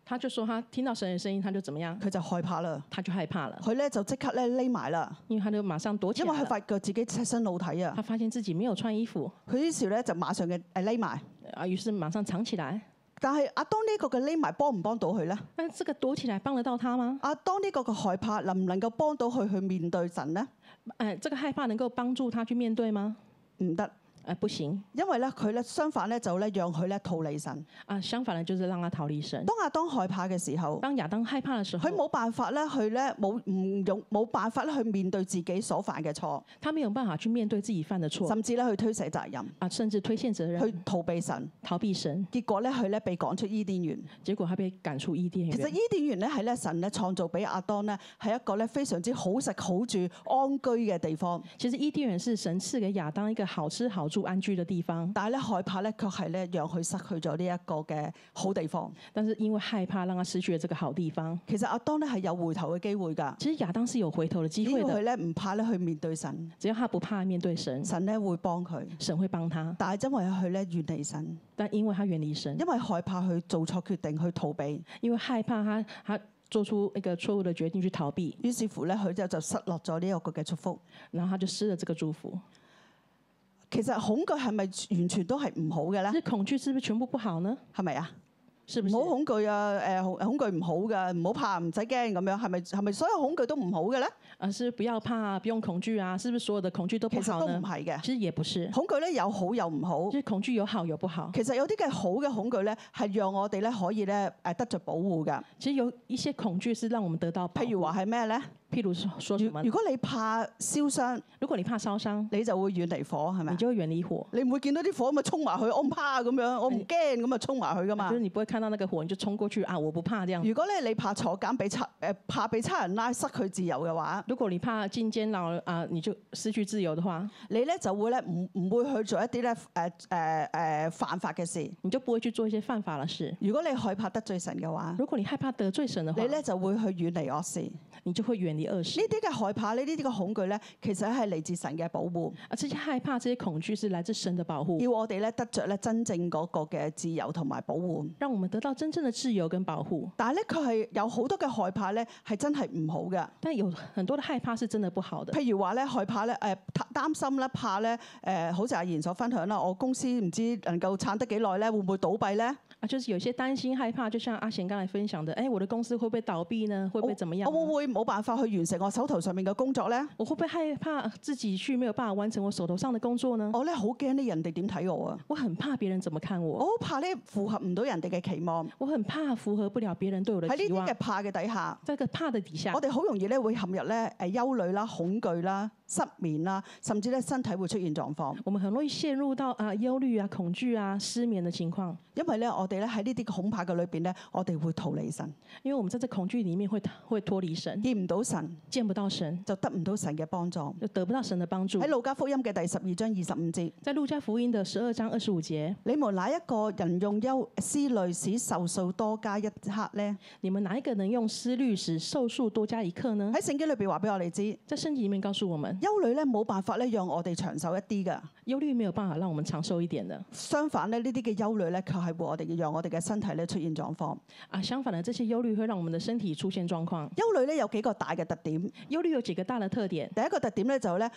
他就說他聽到神嘅聲音，他就怎麼樣？ 佢就害怕啦。 他就害怕了， 佢咧就即刻咧匿埋啦， 因為他就馬上躲起因為佢來了。 發覺自己赤身露體啊他。發現自己沒有穿衣服， 佢於是咧就馬上嘅匿埋。 於是馬上藏起來。 但係亞當呢個嘅匿埋幫唔幫到佢咧？ 但這個躲起來幫得到他嗎？ 亞當呢個嘅害怕能唔能夠幫到佢去面對神咧？ 這個害怕能夠幫助他去面對嗎？ 唔得。 不行。 因為咧佢咧相反咧就咧讓佢咧逃離神。 相反呢，就是讓他逃離神。 當亞當害怕嘅時候， 當亞當害怕嘅時候， 佢冇辦法咧去咧冇辦法咧去面對自己所犯嘅錯， 他沒有辦法去面對自己犯的錯， 甚至咧去推卸責任， 甚至推卸責任， 去逃避神。 逃避神。 結果咧佢咧被趕出伊甸園。 結果他被趕出伊甸園。 其實伊甸園咧係咧神咧創造俾亞當咧係一個咧非常之好食好住安居嘅地方。 其實伊甸園是神賜給亞當一個好吃好住安居的地方。 但係咧害怕咧，卻係咧讓佢失去咗呢一個嘅好地方。 但是因為害怕，讓他失去了這個好地方。 其實亞當咧係有回頭嘅機會㗎。 其實亞當是有回頭嘅機會的。 只要佢咧唔怕咧去面對神， 只要他不怕面對神， 神咧會幫佢。 神會幫他。 但係因為佢咧遠離神， 但因為他遠離神， 因為害怕去做錯決定去逃避， 因為害怕他做出一個錯誤的決定去逃避， 於是乎咧佢就失落咗呢一個嘅祝福。 然後他就失了這個祝福。 其實恐懼係咪完全都係唔好嘅咧？ 其實恐懼是不是全部不好呢？ 係咪啊？ 是不是？ 唔好恐懼啊！恐懼唔好㗎，唔好怕，唔使驚咁樣。係咪所有恐懼都唔好嘅咧？ 是不要怕，不用恐懼啊！是不是所有的恐懼都不好呢？ 其實都唔係嘅。 其實也不是。 恐懼咧有好有唔好。 即係恐懼有好有不好。 其實有啲嘅好嘅恐懼咧，係讓我哋咧可以咧得着保護㗎。 其實有一些恐懼是讓我們得到保護。 譬如話係咩咧？ 譬如說什麼？ 如果你怕燒傷， 如果你怕燒傷， 你就會遠離火，係咪？ 你就會遠離火。 你唔會見到啲火咁啊衝埋去，我唔怕咁樣，我唔驚咁啊衝埋去㗎嘛。 就是你不會看到那個火，你就衝過去啊！我不怕這樣。 如果咧你怕坐監怕被差人拉失去自由嘅話， 如果你怕進監牢啊，你就失去自由的話， 你咧就會咧唔會去做一啲咧犯法嘅事， 你就不會去做一些犯法嘅事。 如果你害怕得罪神嘅話， 如果你害怕得罪神嘅話， 你咧就會去遠離惡事， 你就會遠離惡事。 呢啲嘅害怕呢啲嘅恐懼咧，其實係嚟自神嘅保護。 這些害怕、這些恐懼是來自神嘅保護， 要我哋咧得着咧真正嗰個嘅自由同埋保護， 讓我們得到真正的自由跟保護。 但係咧佢係有好多嘅害怕咧，係真係唔好嘅。 但有很多嘅害怕是真的不好的。 譬如話咧害怕咧擔心咧怕咧好似阿賢所分享啦，我公司唔知能夠撐得幾耐咧，會唔會倒閉咧？ 就是有些擔心害怕，就像阿賢剛才分享的，我的公司會不會倒閉呢？會不會怎麼樣？ 我會唔會冇辦法去完成我手頭上面嘅工作咧？ 我會不會害怕自己去沒有辦法完成我手頭上的工作呢？ 我咧好驚啲人哋點睇我啊！ 我很怕別人怎麼看我。 我好怕咧符合唔到人哋嘅期望。 我很怕符合不了別人對我的期望。 喺呢啲嘅怕嘅底下， 在個怕的底下， 我哋好容易咧會陷入咧憂慮啦、恐懼啦、失眠啦，甚至咧身體會出現狀況。 我們很容易陷入到憂慮啊、恐懼啊、失眠的情況。 因為咧我哋咧喺呢啲恐怕嘅裏邊咧，我哋會逃離神。 因為我們在這恐懼裡面會脫離神， 見唔到神， 見不到神， 就得唔到神嘅幫助， 就得不到神的幫助。 喺路加福音嘅第12章25節， 在路加福音的12章25節， 你們哪一個人用思慮使壽數多加一刻呢？ 你們哪一個能用思慮使壽數多加一刻呢？ 喺聖經裏邊話俾我哋知， 在聖經裡面告訴我們， 憂慮咧冇辦法咧讓我哋長壽一啲㗎。 憂慮沒有辦法讓我們長壽一點的。 相反咧，呢啲嘅憂慮咧，卻係會讓我哋嘅身體咧出現狀況。 相反的，這些憂慮會讓我們的身體出現狀況。 憂慮咧有幾個大嘅特點。 憂慮有幾個大的特點。 第一個特點咧就係咧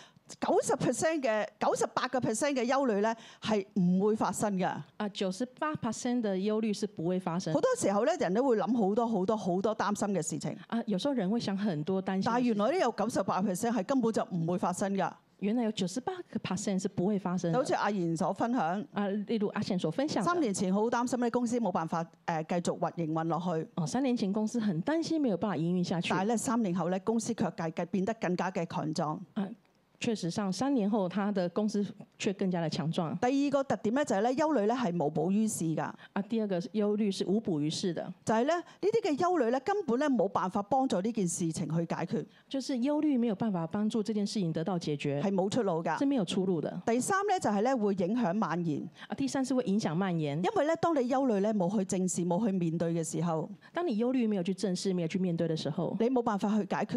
98%嘅憂慮咧係唔會發生嘅。 98% 的憂慮是不會發生。 好多時候咧，人都會諗好多擔心嘅事情。 有時候人會想很多擔心。 但係原來咧有98%係根本就唔會發生㗎。 原來有98% 是不會發生的。 好似阿賢所分享， 例如阿賢所分享。3 年前好擔心咧，公司冇辦法繼續營運落去。 3年前公司很擔心沒有辦法營運下去。 但係咧3年後咧，公司卻變得更加嘅強壯。 確實上3年後，他的公司卻更加的強壯。 第二個特點咧就係咧，憂慮咧係無補於事㗎。 第二個憂慮是無補於事的。 就係咧呢啲嘅憂慮咧根本咧冇辦法幫助呢件事情去解決。 就是憂慮沒有辦法幫助這件事情得到解決。 係冇出路㗎。 是沒有出路的。 第三咧就係咧會影響蔓延。 第三是會影響蔓延。 因為咧當你憂慮咧冇去正視冇去面對嘅時候， 當你憂慮沒有去正視沒有去面對嘅時候， 你冇辦法去解決。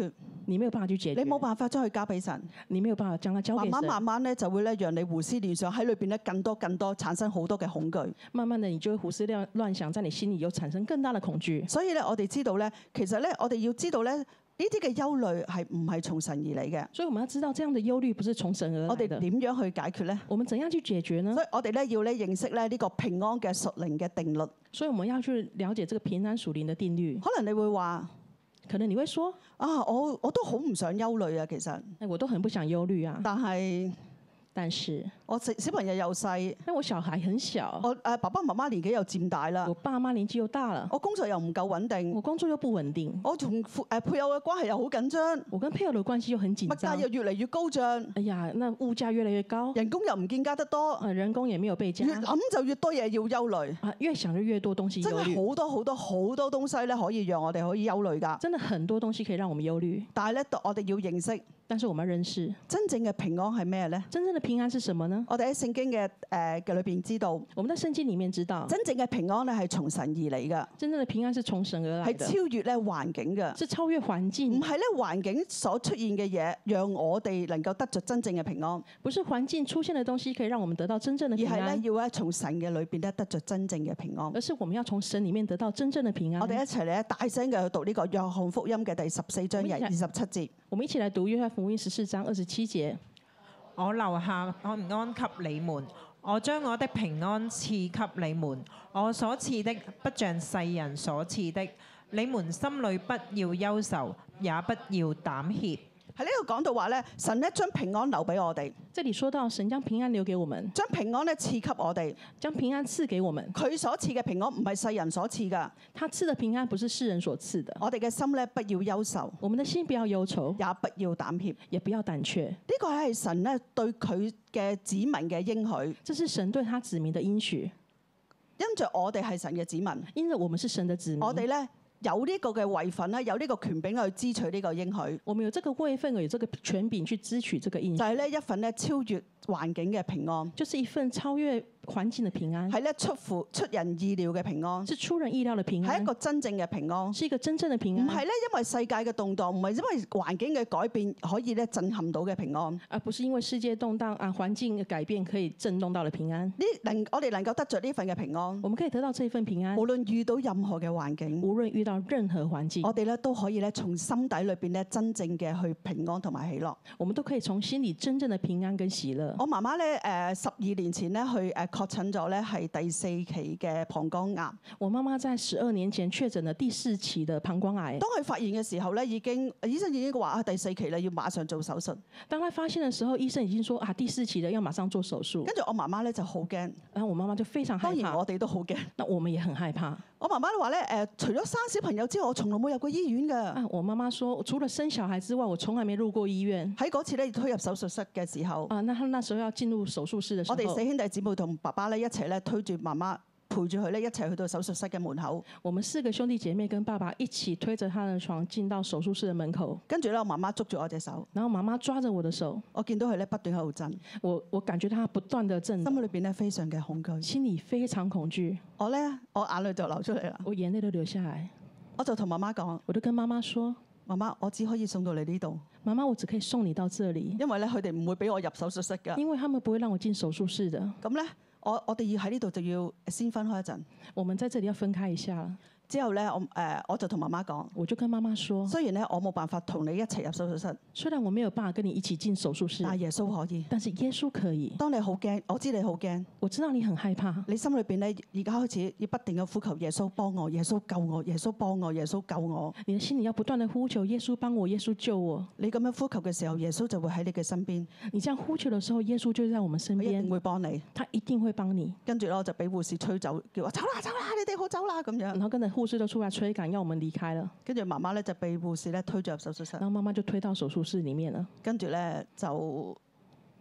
你沒有辦法去解決， 你冇辦法將佢交俾神， 你沒有辦法將它交給神。 慢慢慢慢咧就會咧讓你胡思亂想，喺裏邊咧更多產生好多嘅恐懼。 慢慢的，你就會胡思亂想，在你心裡又產生更大的恐懼。 所以咧，我哋知道咧，其實咧，我哋要知道咧，呢啲嘅憂慮係唔係從神而嚟嘅？ 所以我們要知道，這樣的憂慮不是從神而我哋來的。 點樣去解決咧？ 我們怎樣去解決呢所？以我哋咧要咧認識咧呢個平安嘅屬靈嘅定律。 所以我們要去了解這個平安屬靈的定律。 可能你會話可能你會說， 啊，我都好唔想憂慮啊，其實， 我都很不想憂慮啊。 但是我小朋友又細， 但我小孩很小， 我爸爸媽媽年紀又漸大啦我，爸媽年紀又大了， 我工作又唔夠穩定， 我工作又不穩定， 我同配偶嘅關係又好緊張， 我跟配偶的關係又很緊物價張。 又越嚟越高漲， 哎呀，那物價越來越高， 人工又唔見加得多， 人工也沒有被加越，諗就越多嘢要憂慮。 啊，越想就越多東西真係憂慮。 好多好多好多東西咧，可以讓我哋可以憂慮㗎。 真的很多東西可以讓我們憂慮， 但係咧，我哋要認識但是我們要認識真正嘅平安係咩咧？ 真正的平安是什麼呢？ 我哋喺聖經嘅裏邊知道， 我們在聖經裡面知道， 真正嘅平安咧係從神而嚟嘅， 真正的平安是從神而來係的， 超越咧環境嘅， 是超越環唔境， 係咧環境所出現嘅嘢，讓我哋能夠得着真正嘅平安， 不是環境出現的東西可以讓我們得到真正的而係平安咧，要咧從神嘅裏邊咧得着真正嘅平安。 而是我們要從神裡面得到真正的平安。 我哋一齊咧大聲嘅去讀呢個約翰福音嘅第14章我們一齊 27節。 我們一起來讀約翰福音14章27節。 我留下平安給你們，我將我的平安賜給你們。我所賜的不像世人所賜的，你們心裡不要憂愁，也不要膽怯。 喺呢度講到話咧，神咧將平安留俾我哋， 這裡說到神將平安留給我們， 將平安咧賜給我哋。 將平安賜給我們。 佢所賜嘅平安唔係世人所賜㗎。 他賜的平安不是世人所賜的。 我哋嘅心咧不要憂愁， 我們的心不要憂愁， 也不要膽怯。呢也不要膽怯。 個係神咧對佢嘅子民嘅應許， 這是神對他子民的應許。 因着我哋係神嘅子民， 因為我們是神的子民， 我哋咧有呢個嘅位份咧，有呢個權柄去支取呢個應許， 我們有這個位分，有這個權柄去支取這個應許， 就係呢一份咧超越環境嘅平安， 就是一份超越環境的平安， 係咧出人意料嘅平安， 是出人意料的平安， 係一個真正嘅平安。 是一個真正的平安， 唔係咧，因為世界嘅動盪，唔係因為環境嘅改變可以咧震撼到嘅平安。 而不是因為世界動盪啊，環境的改變可以震動到的平安。 我哋能夠得着呢份嘅平安， 我們可以得到這一份平安， 無論遇到任何嘅環境， 無論遇到任何環境， 我哋咧都可以咧從心底裏邊咧真正嘅去平安同埋喜樂。 我們都可以從心裡真正的平安跟喜樂。 我媽媽咧12年前咧去確診咗咧係第4期嘅膀胱癌。 我媽媽在12年前確診了第4期的膀胱癌。 當佢發現嘅時候咧，醫生已經話第4期啦，要馬上做手術。 當他發現的時候，醫生已經說啊，第4期了，要馬上做手術。 跟住我媽媽咧就好驚， 然後我媽媽就非常害怕。 當然我哋都好驚。 那我們也很害怕。 我媽媽都話咧除咗生小朋友之外，我從來冇入過醫院㗎。 啊，我媽媽說，除了生小孩之外，我從來沒入過醫院。 喺嗰次咧推入手術室嘅時候， 啊，那時候要進入手術室的時候， 我哋4兄弟姊妹同爸爸咧一齊咧推住媽媽，陪住佢咧一齊去到手術室嘅門口。 我們4個兄弟姐妹跟爸爸一起推着他的床進到手術室的門口。 跟住咧，我媽媽捉住我隻手， 然後媽媽抓着我的手， 我見到佢咧不斷喺度震， 我感覺他不斷的震， 心裏邊咧非常嘅恐懼。 心裡非常恐懼， 我眼淚就流出嚟啦。 我眼淚都流下來。 我就同媽媽講： 我就跟媽媽說， 媽媽，我只可以送到你呢度， 媽媽，我只可以送你到這裡， 因為咧佢哋唔會俾我入手術室㗎。 因為他們不會讓我進手術室的。 咁咧，我哋要喺呢度就要先分開一陣。 我們在這裡要分開一下。 之後咧，我就同媽媽講， 我就跟媽媽說， 雖然咧我冇辦法同你一齊入手術室， 雖然我沒有辦法跟你一起進手術室， 但係耶穌可以。 但是耶穌可以。 當你好驚，我知你好驚， 我知道你很害怕， 你心裏邊咧而家開始要不斷嘅呼求耶穌幫我，耶穌救我，耶穌幫我，耶穌救我。 你的心裡要不斷的呼求耶穌幫我，耶穌救我。 你咁樣呼求嘅時候，耶穌就會喺你嘅身邊， 你這樣呼求的時候，耶穌就在我們身佢一定邊， 會幫你。 他一定會幫你。 跟住咧，我就俾護士催走，叫我走啦走啦，你哋好走啦咁樣然。後跟着護士都出來催趕，要我們離開了。 跟住媽媽咧就被護士咧推咗入手術室， 然後媽媽就推到手術室裡面了。 跟住咧就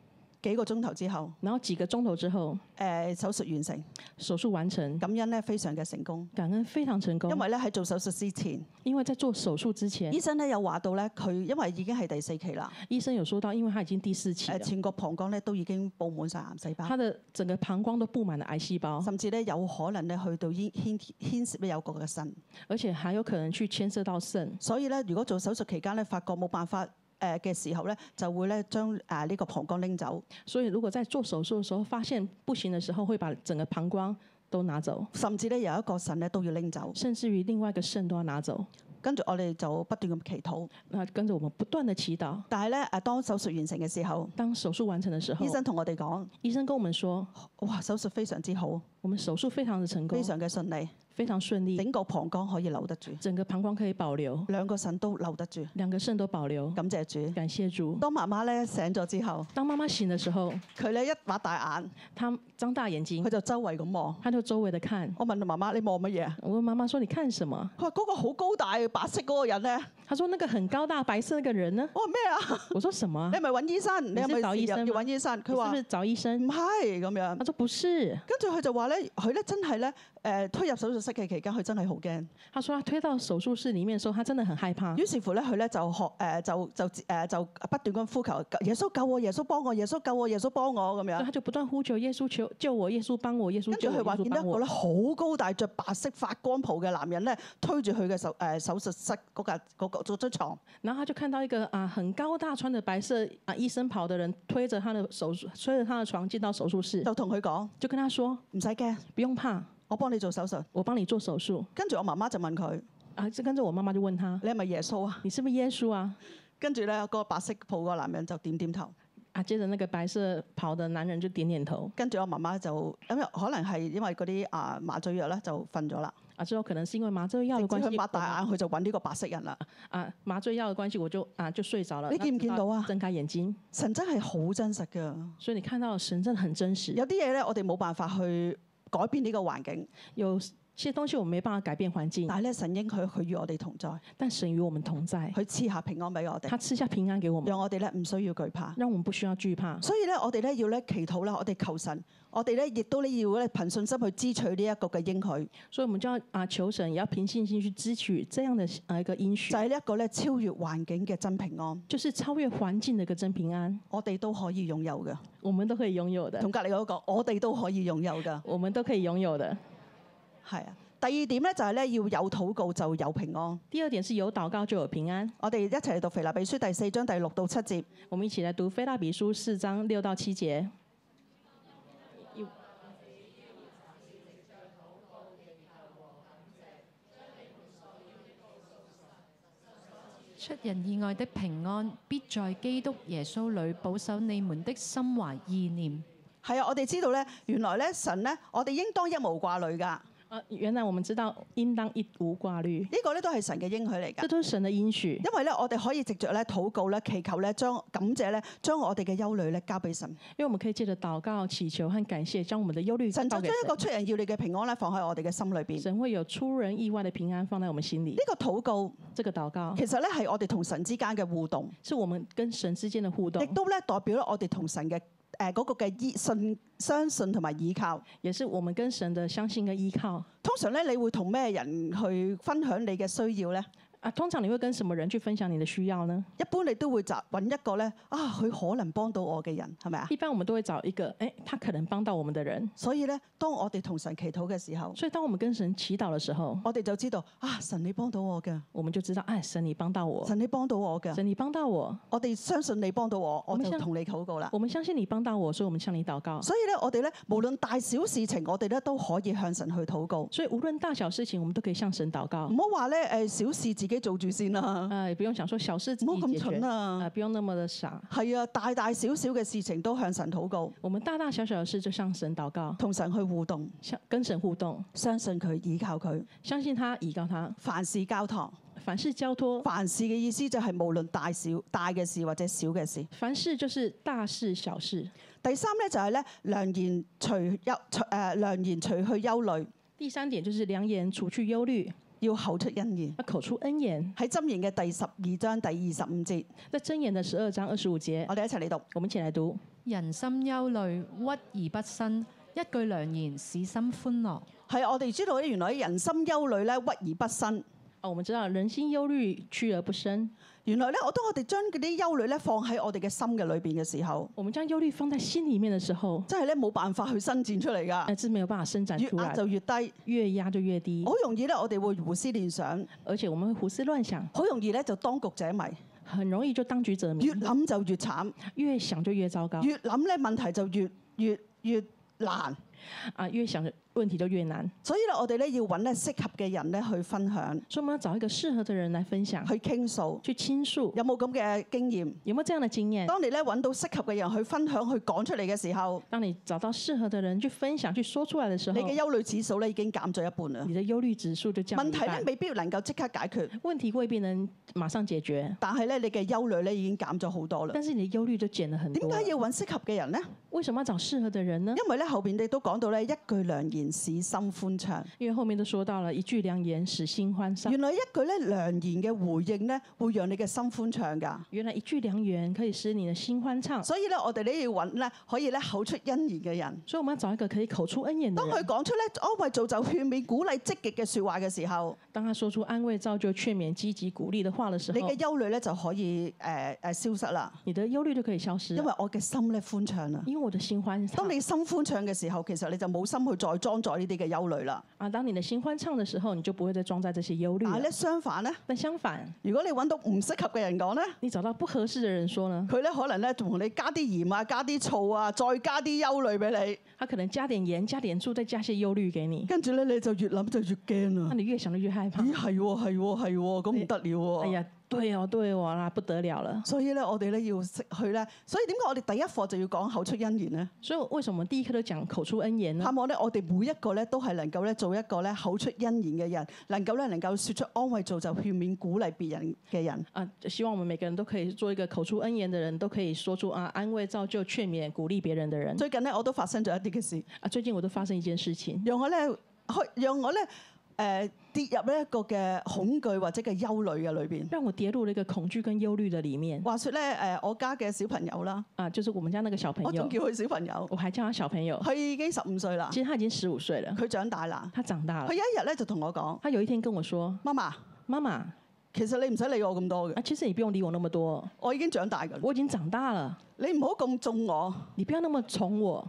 幾個鐘頭之後， 然後幾個鐘頭之後， 手術完成， 手術完成， 感恩咧非常嘅成功。 感恩非常成功。 因為咧喺做手術之前， 因為在做手術之前， 醫生咧有話到咧，佢因為已經係第4期啦， 醫生有說到，因為他已經第4期了， 全個膀胱咧都已經佈滿晒癌細胞， 他的整個膀胱都佈滿了癌細胞， 甚至咧有可能咧去到牽涉咧有個嘅腎， 而且還有可能去牽涉到腎。 所以咧，如果做手術期間咧發覺冇辦法嘅時候咧，就會咧將呢個膀胱拎走。 所以如果在做手術嘅時候發現不行嘅時候，會把整個膀胱都拿走， 甚至咧有一個腎咧都要拎走， 甚至於另外一個腎都要拿走。 跟住我哋就不斷咁祈禱。 跟着我們不斷的祈禱。 但係咧當手術完成嘅時候， 當手術完成嘅時候， 醫生同我哋講， 醫生跟我們說， 哇，手術非常之好， 我們手術非常的成功， 非常嘅順利， 非常順利， 整個膀胱可以留得住， 整個膀胱可以保留， 兩個腎都留得住， 兩個腎都保留。 感謝主， 感謝主。 當媽媽咧醒咗之後， 當媽媽醒嘅時候， 佢咧一擘大眼， 她張大眼睛， 佢就周圍咁望， 她就周圍的看。 我問媽媽：你望乜嘢啊？ 我問媽媽說：你看什麼？ 佢話嗰個好高大白色嗰個人咧。 她說：那個很高大白色那個人呢？ 我話咩啊？ 我說什麼啊？ 你係咪揾醫生？你係咪找醫生要揾醫生？佢話是不是找醫生？ 唔係咁樣。 他說不是。 跟住佢就話咧，佢咧真係咧推入手術室嘅期間，佢真係好驚。 他說他推到手術室裡面嘅時候，他真的很害怕。 於是乎咧，佢咧就就不斷咁呼求耶穌救我，耶穌幫我，耶穌救我，耶穌幫我咁樣。 他就不斷呼求耶穌求救我，耶穌幫我，耶穌救我。 跟住佢話見到一個咧好高大着白色發光袍嘅男人咧，推住佢嘅手術室嗰張牀。 然後他就看到一個很高大穿着白色醫生袍的人推着他的床進到手術室， 就同佢講， 就跟他說唔使驚， 不用怕， 我幫你做手術， 我幫你做手術。 跟住我媽媽就問佢， 跟住我媽媽就問他， 你係咪耶穌啊？ 你是不是耶穌啊？ 跟住咧，嗰個白色袍個男人就點點頭。 接着那個白色袍的男人就點點頭。跟住我媽媽就可能係因為嗰啲麻醉藥咧就瞓咗啦。 之後可能是因為麻醉藥嘅關係， 佢擘大眼佢就揾呢個白色人啦。 麻醉藥嘅關係，我就睡着了。 你見唔見到啊？ 睜開眼睛， 神真係好真實㗎。 所以你看到神真的很真實。 有啲嘢咧，我哋冇辦法去改變呢個環境。 有些東西我們沒辦法改變環境， 但係咧神應許佢與我哋同在， 但神與我們同在， 佢賜下平安俾我哋， 他賜下平安給我們， 讓我哋咧唔需要懼怕， 讓我們不需要懼怕。 所以咧我哋咧要咧祈禱啦，我哋求神，我哋咧亦都咧要咧憑信心去支取呢一個嘅應許。 所以我們就要求神，也要憑信心去支取這樣的一個應許。 就係呢一個咧超越環境嘅真平安， 就是超越環境嘅一個真平安， 我哋都可以擁有嘅， 我們都可以擁有的。 同隔離嗰個，我哋都可以擁有嘅， 我們都可以擁有的。 係啊。第二點咧就係咧要有禱告就有平安。 第二點是有禱告就有平安。 我哋一齊嚟讀腓立比書第4章第6到7節。 我們一起來讀腓立比書4章6到7節。 出人意外的平安，必在基督耶穌裏保守你們的心懷意念。 係啊，我哋知道咧，原來咧神咧，我哋應當一無掛慮㗎。 原來我們知道應當一無掛慮， 呢個咧都係神嘅應許嚟㗎。 這都是神嘅應許。 因為咧，我哋可以藉着咧禱告咧、祈求咧，感謝咧，將我哋嘅憂慮咧交俾神。 因為我們可以借着禱告、祈求和感謝，將我們的憂慮神就將一個出人意料嘅平安咧放喺我哋嘅心裏邊。 神會有出人意外嘅平安放在我們心裏。 呢個禱告， 這個禱告， 其實咧係我哋同神之間嘅互動， 是我們跟神之間嘅互動， 亦都咧代表咗我哋同神嘅嗰個嘅相信同埋依靠， 也是我們跟神嘅相信跟依靠。 通常咧，你會同咩人去分享你嘅需要咧？ 通常你會跟什麼人去分享你的需要呢？ 一般你都會揾一個咧佢可能幫到我嘅人，係咪啊？ 一般我們都會找一個，他可能幫到我們的人。 所以咧，當我哋同神祈禱嘅時候， 所以當我們跟神祈禱嘅時候， 我哋就知道神你幫到我嘅， 我們就知道神你幫到我， 神你幫到我嘅， 神你幫到我， 我哋相信你幫到我，我就同你禱告啦。 我們相信你幫到我，所以我們向你禱告。 所以咧，我哋咧無論大小事情，我哋咧都可以向神去禱告。 所以無論大小事情，我們都可以向神禱告。 唔好話咧小事自己做住先啦。 不用想說小事自己解決。唔好咁蠢啊！ 不用那麼的傻。 係啊，大大小小嘅事情都向神禱告。 我們大大小小嘅事就向神禱告， 同神去互動， 跟神互動， 相信佢，依靠佢， 相信他，依靠他， 凡事交託。 凡事交託， 凡事嘅意思就係無論大嘅事或者小嘅事。 凡事就是大事小事。 第三咧就係咧良言除去憂慮。 第三點就是良言除去憂慮。 要口出恩言。 要口出恩言。 喺箴言嘅第12章第25節， 在箴言的12章25節， 我哋一齊嚟讀。 我們一起來讀。 人心憂慮，屈而不伸，一句良言使心歡樂。 係我哋知道咧，原來人心憂慮咧，屈而不伸。 我們知道人心憂慮，屈而不伸。 原來咧，當我哋將嗰啲憂慮咧放喺我哋嘅心嘅裏邊嘅時候， 我們將憂慮放在心裡面的時候， 真係咧冇辦法去伸展出嚟㗎。 是沒有辦法伸展越出來， 壓就越低， 越壓就越低。 好容易咧，我哋會胡思亂想， 而且我們會胡思亂想， 好容易咧就當局者迷， 很容易就當局者迷。 越諗就越慘， 越想就越糟糕， 越諗咧問題就越難。 越想問題就越難。 所以咧，我哋咧要揾咧適合嘅人咧去分享， 所以我們要找一個適合的人來分享， 去傾訴。 去傾訴。 有冇咁嘅經驗？ 有沒有這樣的經驗？ 當你咧揾到適合嘅人去分享、去講出嚟嘅時候， 當你找到適合的人去分享、去說出來的時候， 你嘅憂慮指數咧已經減咗一半啦。 你的憂慮指數就降了一半。 問題咧未必能夠即刻解決， 問題未必能馬上解決， 但係咧你嘅憂慮咧已經減咗好多啦。 但是你的憂慮就減了很多。 點解要揾適合嘅人呢？ 為什麼要找適合的人呢？ 因為咧後邊你都講到咧一句良言使心歡暢。 因為後面都說到了一句良言使心歡暢。 原來一句咧良言嘅回應咧會讓你嘅心歡暢㗎。 原來一句良言可以使你的心歡暢。 所以咧我哋咧要揾咧可以咧口出恩言嘅人。 所以我們要找一個可以口出恩言的人。 當佢講出咧安慰造就勸勉鼓勵積極嘅説話嘅時候， 當他說出安慰造就勸勉積極鼓勵的話的時候， 你嘅憂慮咧就可以消失啦。 你的憂慮就可以消失。 因為我嘅心咧歡暢啦。 因為我的心歡暢。 當你心歡暢嘅時候，其實你就冇心去再裝載呢啲嘅憂慮啦。 當你的心歡暢的時候，你就不會再裝載這些憂慮。 但係咧相反咧， 但相反， 如果你揾到唔適合嘅人講咧， 你找到不合適嘅人說呢， 佢咧可能咧同你加啲鹽啊、加啲醋啊，再加啲憂慮俾你。 他可能加點鹽、加點醋，再加些憂慮給你。 跟住咧你就越諗就越驚啦。 那你越想就越害怕。 咦係喎係喎係喎，咁唔得了喎。 哎呀，對哦對哦，那不得了了。 所以咧我哋咧要識去咧，所以點解我哋第一課就要講口出恩言呢？ 所以為什麼我們第一課都講口出恩言呢？ 盼望咧我哋每一個咧都係能夠咧做一個咧口出恩言嘅人，能夠説出安慰造就勸勉鼓勵別人嘅人。 希望我們每個人都可以做一個口出恩言的人，都可以說出安慰造就勸勉鼓勵別人的人。 最近咧我都發生咗一啲嘅事。 最近我都發生一件事情， 讓我跌入呢一個嘅恐懼或者嘅憂慮嘅裏邊。 讓我跌入了一個恐懼跟憂慮的裡面。 話說咧我家嘅小朋友啦， 就是我們家那個小朋友， 我仲叫佢小朋友， 我還叫他小朋友。 佢已經15歲啦。 其實他已經15歲了。 佢長大啦。 他長大了。 佢有一日咧就同我講， 他有一天跟我說：媽媽， 其實你唔使理我咁多嘅。 其實你不用理我那麼多。 我已經長大㗎。 我已經長大了。 你唔好咁縱我。 你不要那麼寵我。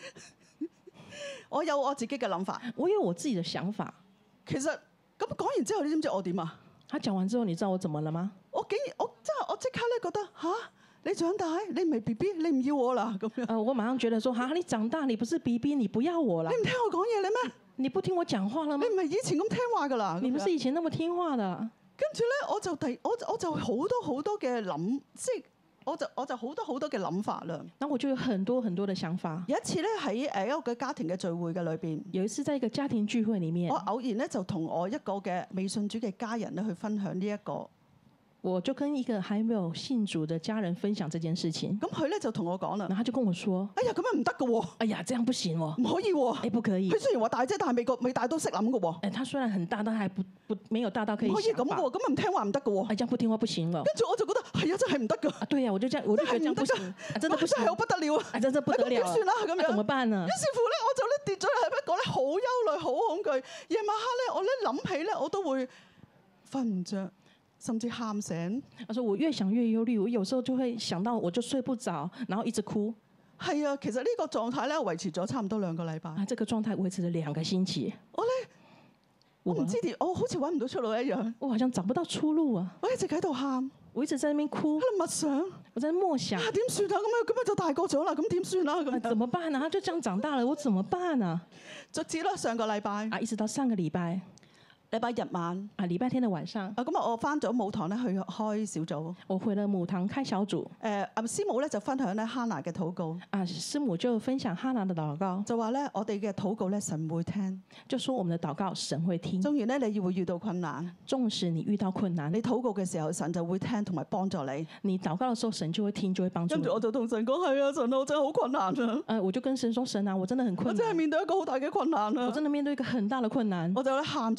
我有我自己嘅諗法。 我有我自己的想法。 其實咁講完之後，你知唔知我點啊？ 他講完之後，你知道我怎麼了嗎？ 我即刻咧覺得你長大，你唔係 BB，你唔要我啦咁樣。 我馬上覺得說你長大，你不是 BB，你不要我啦。 你唔聽我講嘢你咩？ 你不聽我講話了嗎？ 你唔係以前咁聽話㗎啦。 你不是以前那麼聽話的。 跟住咧，我就好多嘅諗，即係我就好多嘅諗法啦。 那我就有很多的想法。 有一次咧喺一個家庭嘅聚會嘅裏邊， 有一次在一個家庭聚會裡面， 我偶然咧就同我一個嘅未信主嘅家人咧去分享呢一個。 我就跟一個還沒有信主的家人分享這件事情。 咁佢咧就同我講啦， 然後他就跟我說：哎呀， 咁樣唔得㗎喎！ 哎呀，這樣不行喎， 唔可以喎！ 不可以。 佢雖然話大啫，但係未大到識諗㗎喎。 他雖然很大，但係沒有大到可以想法。 唔可以咁㗎喎，咁唔聽話唔得㗎喎。 這樣不聽話不行喎。 跟住我就覺得係啊，真係唔得㗎。 對啊，我就覺得這樣不行，真的不行， 真係好不得了啊！ 真係不得了。 點算啊？咁樣怎麼辦呢？ 於是乎咧，我就咧跌咗喺一個咧好憂慮、好恐懼。夜晚黑咧，我咧諗起咧，我都會瞓唔着，甚至喊醒。 我說我越想越憂慮，我有時候就會想到我就睡不着，然後一直哭。 係啊，其實呢個狀態咧維持咗差唔多2個禮拜。 這個狀態維持咗2個星期。 我唔知點，我好似揾唔到出路一樣。 我好像找不到出路啊！ 我一直喺度喊， 我一直在那邊哭， 喺度默想， 我在默想。 點算啊？咁樣就大個咗啦，咁點算啊？咁怎麼辦啊？他就這樣長大了，我怎麼辦啊？ 直至啦上個禮拜， 一直到上個禮拜。 禮拜日晚禮拜天的晚上。 咁我翻咗母堂咧去開小組。 我回了母堂開小組。 師母咧就分享咧哈拿嘅禱告。 師母就分享哈拿的禱告， 就話咧我哋嘅禱告咧神會聽， 就說我們的禱告神會聽。 縱然咧你會遇到困難， 縱使你遇到困難， 你禱告嘅時候神就會聽同埋幫助你。 你禱告嘅時候神就會聽就會幫助你。 跟住我就同神講：係啊，神啊，我真係好困難啊！ 我就跟神說：神啊，我真的很困難。 我真係面對一個好大嘅困難啊！ 我真的面對一個很大的困難。 我就咧喊住咁同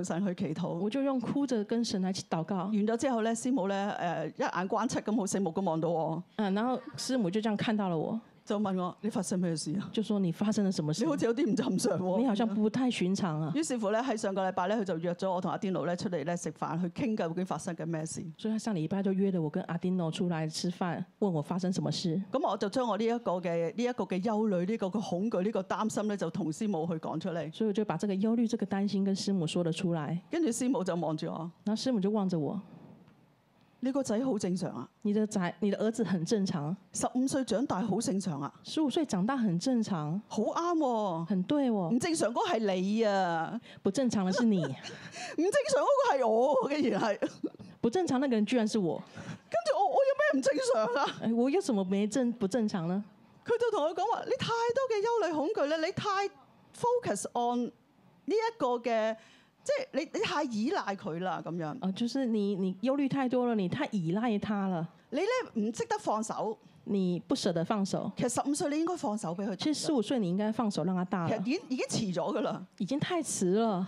神去祈禱。 我就用哭着跟神來禱告。 完咗之後咧，師母咧一眼關七咁好醒目咁望到我， 然後師母就這樣看到了我， 就問我：你發生咩事啊？ 就說你發生了什麼事？ 你好似有啲唔尋常喎。 你好像不太尋常啊。 於是乎咧，喺上個禮拜咧，佢就約咗我同阿甸奴咧出嚟咧食飯，去傾究竟發生緊咩事。 所以他上禮拜就約了我跟阿丁諾出來吃飯，問我發生什麼事。 咁我就將我呢一個嘅憂慮、呢個嘅恐懼、呢個擔心咧，就同師母去講出嚟。 所以我就把這個憂慮、這個擔心跟師母說了出來。 跟住師母就望住我， 然後師母就望着我。 你個仔好正常啊， 你的兒子很正常。 15歲長大好正常啊， 15歲長大很正常， 好啱喎， 很對喎。 唔正常嗰個係你啊， 不正常的是你， 唔正常嗰個係我，竟然係。 不正常那個人居然是我。 跟住我有咩唔正常啊？ 哎，我有什麼不正常呢？ 佢就同我講話：你太多嘅憂慮恐懼咧，你太 focus on 呢一個嘅，即係你太依賴佢啦咁樣。 就是你憂慮太多了，你太依賴他了。 你咧唔識得放手， 你不捨得放手。 其實15歲你應該放手俾佢。 其實15歲你應該放手讓他大了。 其實已經遲咗噶啦， 已經太遲了。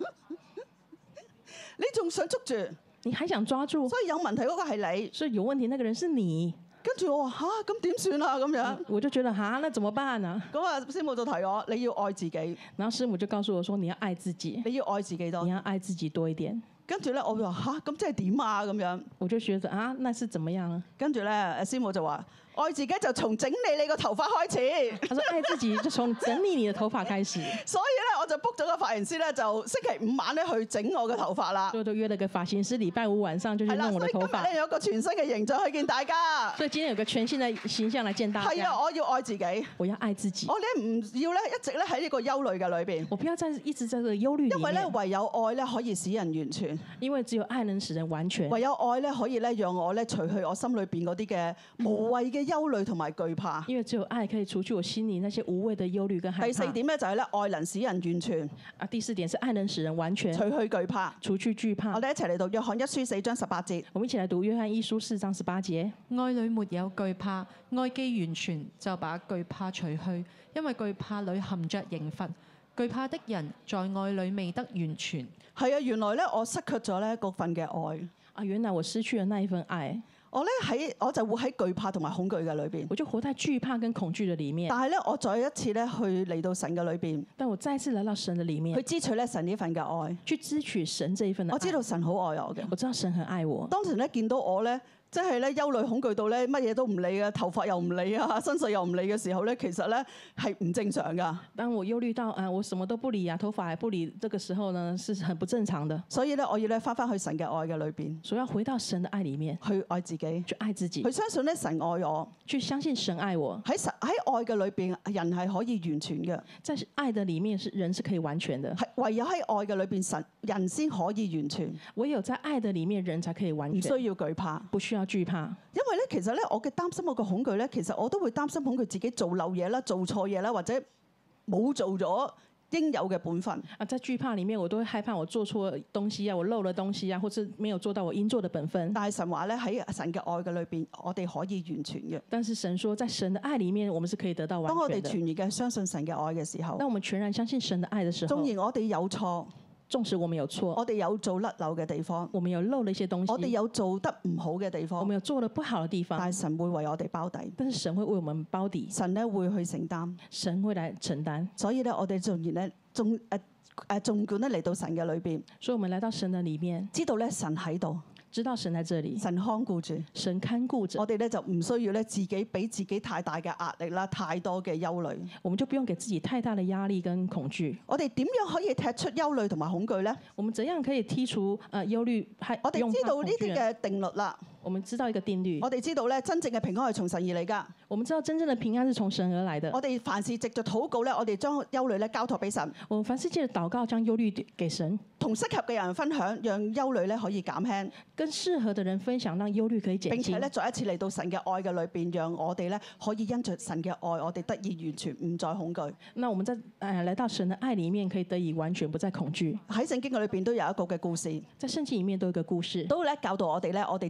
你仲想捉住？ 你還想抓住？ 所以有問題嗰個係你。 所以有問題那個人是你。 跟住我話嚇，咁點算啊？咁樣， 我就覺得嚇，那怎麼辦啊？ 咁啊，師母就提我，你要愛自己。 然後師母就告訴我說，你要愛自己， 你要愛自己多， 你要愛自己多一點。 跟住咧，我就話嚇，咁即係點啊？咁樣， 我就覺得啊，那是怎麼樣啊？ 跟住咧，師母就話：愛自己就從整理你個頭髮開始。 他說愛自己就從整理你的頭髮開始。 所以咧，我就 book 咗個髮型師咧，就星期5晚咧去整我嘅頭髮啦。 所以我就約了個髮型師，禮拜5晚上就去弄我的頭髮。 所以今日咧有一個全新嘅形象去見大家。 所以今天有個全新嘅形象來見大家。 係啊，我要愛自己。 我要愛自己。 我咧唔要咧一直咧喺呢個憂慮嘅裏邊。 我不要一直在這個憂慮裡面。 因為咧唯有愛咧可以使人完全。 因為只有愛能使人完全。 唯有愛咧可以咧讓我咧除去我心裏邊嗰啲嘅無謂嘅憂慮同埋懼怕。 因為只有愛可以除去我心裡那些無謂的憂慮跟害怕。 第4點咧就係咧愛能使人完全。 第4點是愛能使人完全。 除去懼怕。 除去懼怕。 我哋一齊嚟讀約翰一書4章18節。 我們一起來讀約翰一書4章18節。 愛裏沒有懼怕，愛既完全，就把懼怕除去，因為懼怕裏含着刑罰。懼怕的人在愛裏未得完全。 係啊，原來咧我失去咗咧嗰份嘅愛。 啊，原來我失去了那一份愛。 我就活喺懼怕同埋恐懼嘅裏邊。 我就活在懼怕跟恐懼嘅裡面。 但係咧，我再一次咧去嚟到神嘅裏邊。 但我再一次來到神嘅裡面。 去支取咧神呢份嘅愛。 去支取神這一份嘅愛。 我知道神好愛我嘅。 我知道神很愛我。 當時咧見到我咧，即係咧憂慮恐懼到咧乜嘢都唔理啊，頭髮又唔理啊，身世又唔理嘅時候咧，其實咧係唔正常噶。 當我憂慮到我什麼都不理啊，頭髮也不理，這個時候呢是很不正常的。 所以咧，我要咧翻去神嘅愛嘅裏邊。 所以要回到神嘅愛裡面， 去愛自己， 去愛自己， 去相信咧神愛我， 去相信神愛我。 喺愛嘅裏邊，人係可以完全嘅。 在愛嘅裡面，人是可以完全的。 係唯有喺愛嘅裏邊，人先可以完全。 唯有在愛嘅裡面，人才可以完全。 唔需要懼怕， 不需要懼怕。 因為咧，其實咧，我嘅擔心，我嘅恐懼咧，其實我都會擔心恐懼自己做漏嘢啦，做錯嘢啦，或者冇做咗應有嘅本分。 在懼怕裡面，我都會害怕我做錯東西啊，我漏了東西啊，或是沒有做到我應做的本分。 但係神話咧，喺神嘅愛嘅裏邊，我哋可以完全嘅。 但是神說，在神的愛裡面，我們是可以得到完全的。 當我哋全然嘅相信神嘅愛嘅時候， 當我們全然相信神的愛的時候， 縱然我哋有錯。 縱使我們有錯， 我哋有做甩漏嘅地方， 我們有漏了一些東西， 我哋有做得唔好嘅地方， 我們有做得不好的地方， 但係神會為我哋包底， 但是神會為我們包底， 神咧會去承擔， 神會來承擔， 所以咧我哋縱然咧縱管咧嚟到神嘅裏邊， 所以我們來到神嘅裡面， 知道咧神喺度。 知道神在這裡， 神看顧住， 神看顧着， 我哋咧就唔需要咧自己俾自己太大嘅壓力啦，太多嘅憂慮。 我們就不用給自己太大的壓力跟恐懼。 我哋點樣可以踢出憂慮同埋恐懼咧？ 我們怎樣可以剔除憂慮？ 我哋知道呢啲嘅定律啦。 我們知道一個定律。 我哋知道咧，真正嘅平安係從神而嚟㗎。 我們知道真正的平安是從神而來的。 我哋凡事藉著禱告咧，我哋將憂慮咧交託俾神。 我們凡事藉著禱告將憂慮給神， 同適合嘅人分享，讓憂慮咧可以減輕。 跟適合的人分享，讓憂慮可以減輕。 並且咧，再一次嚟到神嘅愛嘅裏邊，讓我哋咧可以因着神嘅愛，我哋得以完全唔再恐懼。 那我們在來到神的愛裡面，可以得以完全不再恐懼。 喺聖經嘅裏邊都有一個嘅故事， 在聖經裡面都有一個故事， 都咧教導我哋咧，我哋點樣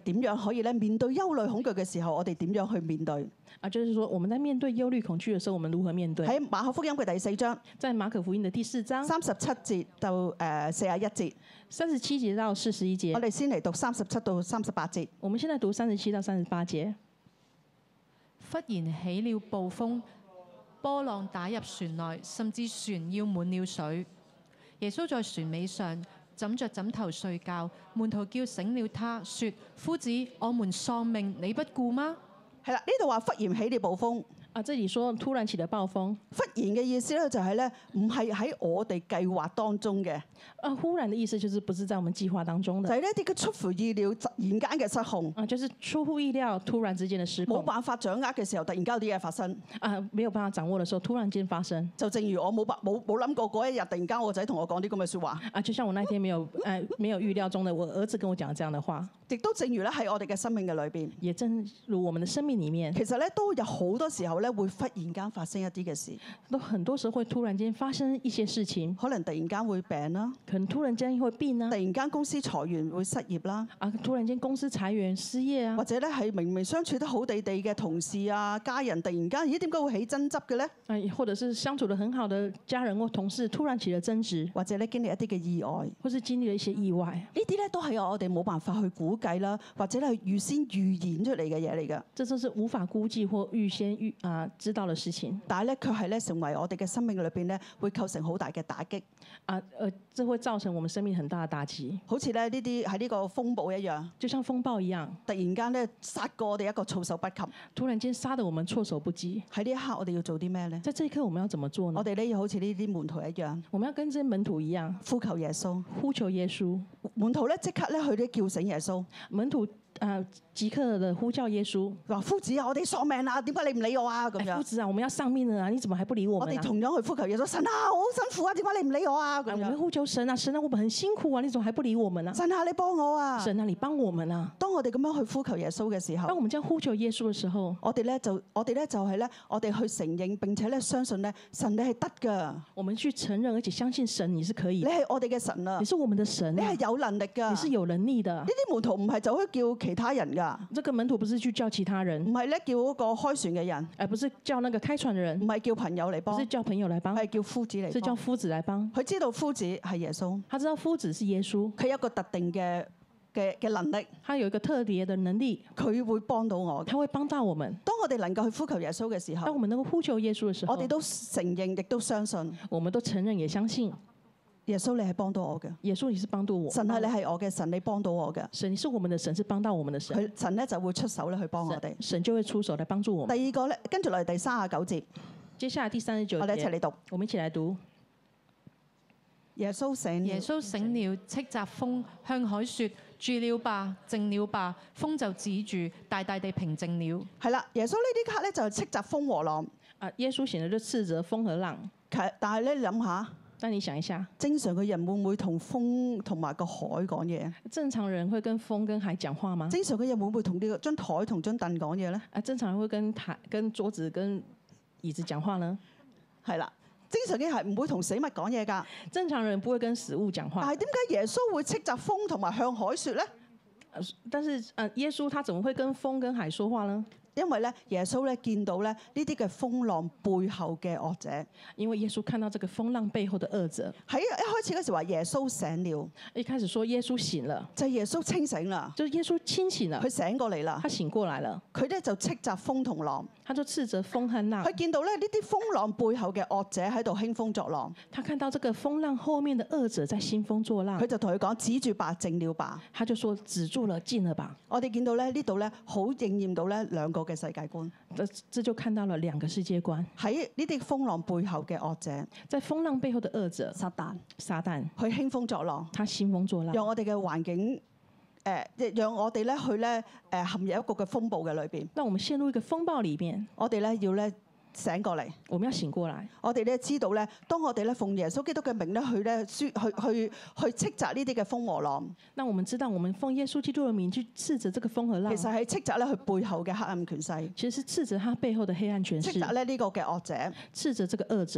可以咧面對憂慮恐懼嘅時候，我哋點樣去面對？ 就是說我們在面對憂慮恐懼的時候，我們如何面對？ 喺馬可福音嘅第4章在馬可福音的第4章 37節到41節， 37節到41節， 我哋先嚟讀37到38節。 我們現在讀37到38節。 忽然起了暴風，波浪打入船內，甚至船要滿了水。耶穌在船尾上枕着枕頭睡覺，門徒叫醒了他，說：夫子，我們喪命，你不顧嗎？ 係啦，呢度話忽然起了暴風。 這裡說突然起了暴風。 忽然嘅意思咧就係咧，唔係喺我哋計劃當中嘅。 忽然的意思就是不是在我們計劃當中的。 就係呢啲嘅出乎意料、突然間嘅失控。 就是出乎意料、突然之間的失控。 冇辦法掌握嘅時候，突然間有啲嘢發生。 沒有辦法掌握的時候，突然間發生。 就正如我冇諗過嗰一日，突然間我仔同我講啲咁嘅説話。 就像我那天沒有預料中的，我兒子跟我講這樣的話。 亦都正如咧喺我哋嘅生命嘅裏邊， 也正如我們的生命裡面， 其實咧都有好多時候咧會忽然間發生一啲嘅事， 都很多時候會突然間發生一些事情， 可能突然間會病啦， 可能突然間會病啦， 突然間公司裁員會失業啦， 突然間公司裁員失業啊， 或者咧係明明相處得好地地嘅同事啊家人，突然間咦點解會起爭執嘅咧？ 或者是相處得很好的家人或同事突然起了爭執， 或者咧經歷一啲嘅意外， 或是經歷了一些意外， 呢啲咧都係我哋冇辦法去估計啦，或者係預先預演出嚟嘅嘢嚟㗎。 這就是無法估計或預先知道的事情。 但係咧，卻係咧成為我哋嘅生命裏邊咧，會構成好大嘅打擊。 這會造成我們生命很大的打擊。 好似咧呢啲喺呢個風暴一樣， 就像風暴一樣， 突然間咧殺過我哋一個措手不及。 突然間殺得我們措手不及。 喺呢一刻，我哋要做啲咩咧？ 在這一刻，我們要怎麼做呢？ 我哋咧要好似呢啲門徒一樣， 我們要跟這些門徒一樣， 呼求耶穌， 呼求耶穌。 門徒咧即刻咧去咧叫醒耶穌。 門徒即刻的呼叫耶穌， 話夫子啊，我哋喪命啦，點解你唔理我啊？咁樣。 夫子啊，我們要喪命了啊，你怎麼還不理我們啊？ 我哋同樣去呼求耶穌，神啊，我好辛苦啊，點解你唔理我啊？咁樣。 我們呼求神啊，神啊，我們很辛苦啊，你怎麼還不理我們啊？ 神啊，你幫我啊！ 神啊，你幫我們啊！ 當我哋咁樣去呼求耶穌嘅時候， 當我們這樣呼求耶穌嘅時候， 我哋咧就係咧，我哋去承認並且咧相信咧，神你係得㗎。 我們去承認而且相信神你是可以的， 你係我哋嘅神啊！ 你是我們的神， 你係有能力㗎， 你是有能力的。 呢啲門徒唔係走去叫其他人㗎。 這個門徒不是去叫其他人， 唔係咧叫嗰個開船嘅人， 而不是叫那個開船嘅人， 唔係叫朋友嚟幫， 不是叫朋友來幫， 係叫夫子嚟幫， 是叫夫子來幫。 佢知道夫子係耶穌， 他知道夫子是耶穌， 佢有一個特定嘅能力， 他有一個特別的能力， 佢會幫到我， 他會幫到我們。 當我哋能夠去呼求耶穌嘅時候， 當我們能夠呼求耶穌嘅時候， 我哋都承認亦都相信， 我們都承認也相信耶穌你係幫到我嘅， 耶穌你是幫到我， 神係你係我嘅神，你幫到我嘅， 神你是我們的神，是幫到我們的神， 神咧就會出手咧去幫我哋， 神就會出手來幫助我們。 第二個咧，跟住落嚟第39節， 接下來第39節， 我哋一齊嚟讀， 我們一起來讀。 耶穌醒， 耶穌醒了，斥責風，向海說：住了吧，靜了吧，風就止住，大大地平靜了。 係啦，耶穌呢啲刻咧就斥責風和浪。 耶穌顯然就斥責風和浪。 但係咧諗下， 但你想一下，正常嘅人會唔會同風同埋個海講嘢？ 正常人會跟風跟海講話嗎？ 正常嘅人會唔會同呢個張台同張凳講嘢咧？ 正常人會跟桌子跟椅子講話呢？係啦。 正常嘅係唔會同死物講嘢㗎。 正常人不會跟死物講話。 但係點解耶穌會斥責風同埋向海説咧？ 但是耶穌他怎麼會跟風跟海說話呢？ 因為咧，耶穌咧見到咧呢啲嘅風浪背後嘅惡者。 因為耶穌看到這個風浪背後的惡者。 喺一開始嗰時話耶穌醒了， 一開始說耶穌醒了， 就係耶穌清醒啦， 就耶穌清醒了， 佢醒過嚟啦， 他醒過來了， 佢咧就斥責風同浪， 他就斥責風和浪， 佢見到咧呢啲風浪背後嘅惡者喺度興風作浪， 他看到這個風浪後面的惡者在興風作浪， 佢就同佢講止住吧，靜了吧， 他就說止住了，靜了吧。 我哋見到咧呢度咧好應驗到咧兩個嘅世界觀。 這就看到了兩個世界觀。 喺呢啲風浪背後嘅惡者， 在風浪背後的惡者， 撒旦， 去興風作浪， 他興風作浪， 讓我哋嘅環境讓我哋咧去咧陷入一個嘅風暴嘅裏邊。 讓我們陷入一個風暴裡面， 我哋咧要咧醒過嚟， 我們要醒過來。 我哋咧知道咧，當我哋咧奉耶穌基督嘅名咧去咧去斥責呢啲嘅風和浪。 那我們知道，我們奉耶穌基督嘅名去斥責這個風和浪。 其實係斥責咧佢背後嘅黑暗權勢。 其實是斥責他背後的黑暗權勢。 斥責咧呢個嘅惡者。 斥責這個惡者。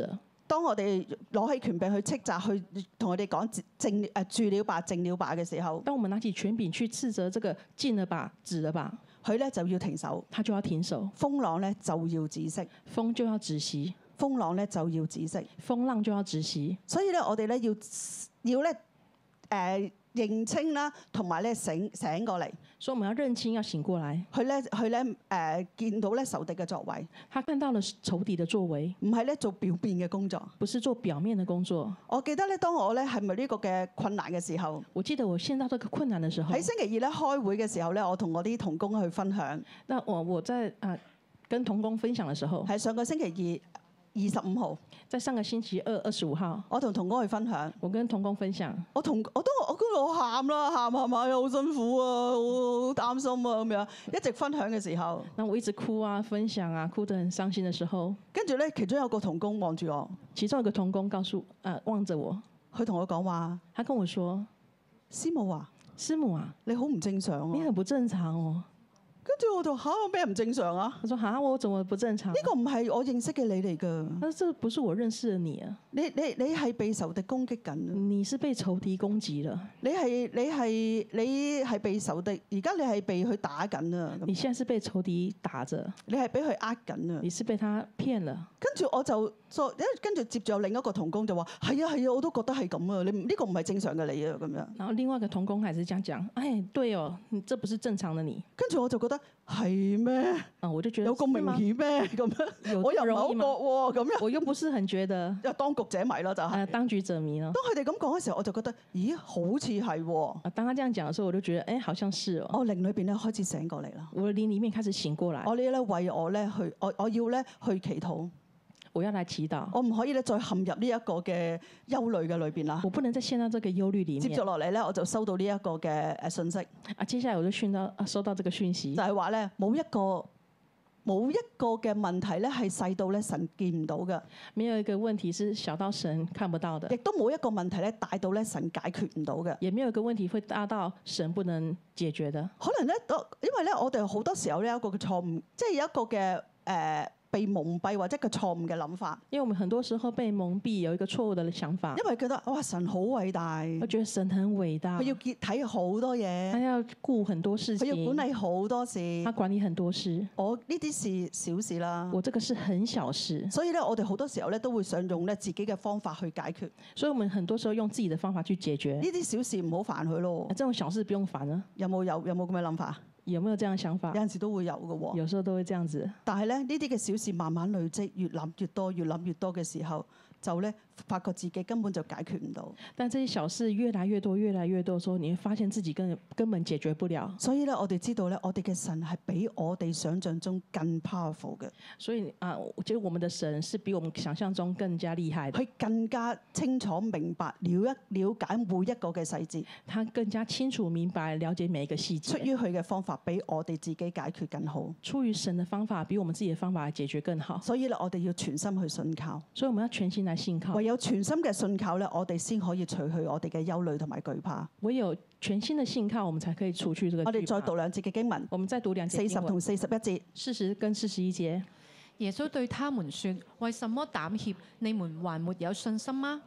當我哋攞起權柄去斥責，去同佢哋講住了吧、靜了吧嘅時候， 当我们拿起权柄去斥责這個禁了吧、止了吧， 佢咧就要停手， 他就要停手， 風浪咧就要止息， 風就要止息， 風浪咧就要止息。 風浪就要止息。 所以咧，我哋咧要咧認清啦，同埋咧醒過嚟。 所以我們要認清，要醒過來。 佢咧見到咧仇敵嘅作為， 他看到了仇敵的作為， 唔係咧做表面嘅工作。 不是做表面的工作。 我記得咧，當我咧係咪呢個嘅困難嘅時候， 我記得我陷到這個困難的時候， 喺星期二咧開會嘅時候咧，我同我啲同工去分享。 那我在跟同工分享的時候， 係上個星期二25號， 在上個星期二25號， 我同同工去分享。 我跟同工分享， 我嗰度我喊啦，喊好辛苦啊，好擔心啊咁樣，一直分享嘅時候， 那我一直哭啊，分享啊，哭得很傷心的時候， 跟住咧，其中有個同工望住我， 其中有個同工望着我， 佢同我講話， 他跟我說： 師母啊， 師母啊， 你好唔正常啊！ 你很不正常哦。 跟住我就嚇，我咩唔正常啊？ 他說：嚇，我怎麼不正常？ 呢個唔係我認識嘅你嚟㗎。 他說：這不是我認識的你啊。 你係被仇敵攻擊緊啊！ 你是被仇敵攻擊了。 你係被仇敵，而家你係被佢打緊啊！ 你現在是被仇敵打着， 你係俾佢呃緊啊！ 你是被他騙了。 跟住我就跟住接住有另一個同工就話：係啊，我都覺得係咁啊！你呢個唔係正常嘅你啊咁樣。 然後另外一個同工還是這樣講：哎，對哦，這不是正常的你。 跟住我就覺得係咩？ 我就覺得有咁明顯咩咁樣？我又唔係好覺喎咁樣。 我又不是很覺得。 當局者迷咯，就係。 當局者迷咯。 當佢哋咁講嘅時候，我就覺得，咦，好似係喎。 當他這樣講嘅時候，我就覺得，好像是哦。 我靈裏邊咧開始醒過嚟啦。 我靈裡面開始醒過來。 我呢咧為我咧去，我要咧去祈禱。 我要來祈禱。 我唔可以咧再陷入呢一個嘅憂慮嘅裏邊啦。 我不能再陷到這個憂慮裡面。 接住落嚟咧，我就收到呢一個嘅訊息。 接下來我就收到這個訊息， 就係話咧冇一個嘅問題咧係細到咧神見唔到嘅。 沒有一個問題是小到神看不到的。 亦都冇一個問題咧大到咧神解決唔到嘅。 也沒有一個問題會大到神不能解決的。 可能咧，因為咧我哋好多時候咧有一個嘅錯誤，即係有一個嘅被蒙蔽或者個錯誤嘅諗法， 因為我們很多時候被蒙蔽，有一個錯誤的想法。 因為覺得哇神好偉大， 我覺得神很偉大， 佢要睇好多嘢， 他要顧很多事情， 佢要管理好多事， 他管理很多事。 我呢啲事小事啦， 我這個是很小事。 所以咧，我哋好多時候咧都會想用咧自己嘅方法去解決。 所以我們很多時候用自己的方法去解決。 呢啲小事唔好煩佢咯。 這種小事不用煩啊。 有冇咁嘅諗法？ 有沒有這樣的想法？ 有陣時都會有嘅喎。 有時候都會這樣子。 但係咧，呢啲嘅小事慢慢累積，越諗越多，越諗越多嘅時候，就咧發覺自己根本就解決唔到。 但這些小事越來越多，越來越多的時候，你會發現自己根本解決不了。 所以咧，我哋知道咧，我哋嘅神係比我哋想象中更 powerful 嘅。 所以我覺得我們的神是比我們想象中更加厲害的。 佢更加清楚明白了解每一個嘅細節。 他更加清楚明白了解每一個細節。 出於佢嘅方法，比我哋自己解決更好。 出於神的方法，比我們自己的方法來解決更好。 所以咧，我哋要全心去信靠。 所以我們要全心來信靠。 唯有全心嘅信靠咧，我哋先可以除去我哋嘅憂慮同埋懼怕。 唯有全心的信靠，我們才可以除去這個懼怕。 我哋再讀2節嘅經文。 我們再讀2節經文。 40同41節。 40跟41節。 耶穌對他們說：為什麼膽怯？你們還沒有信心嗎？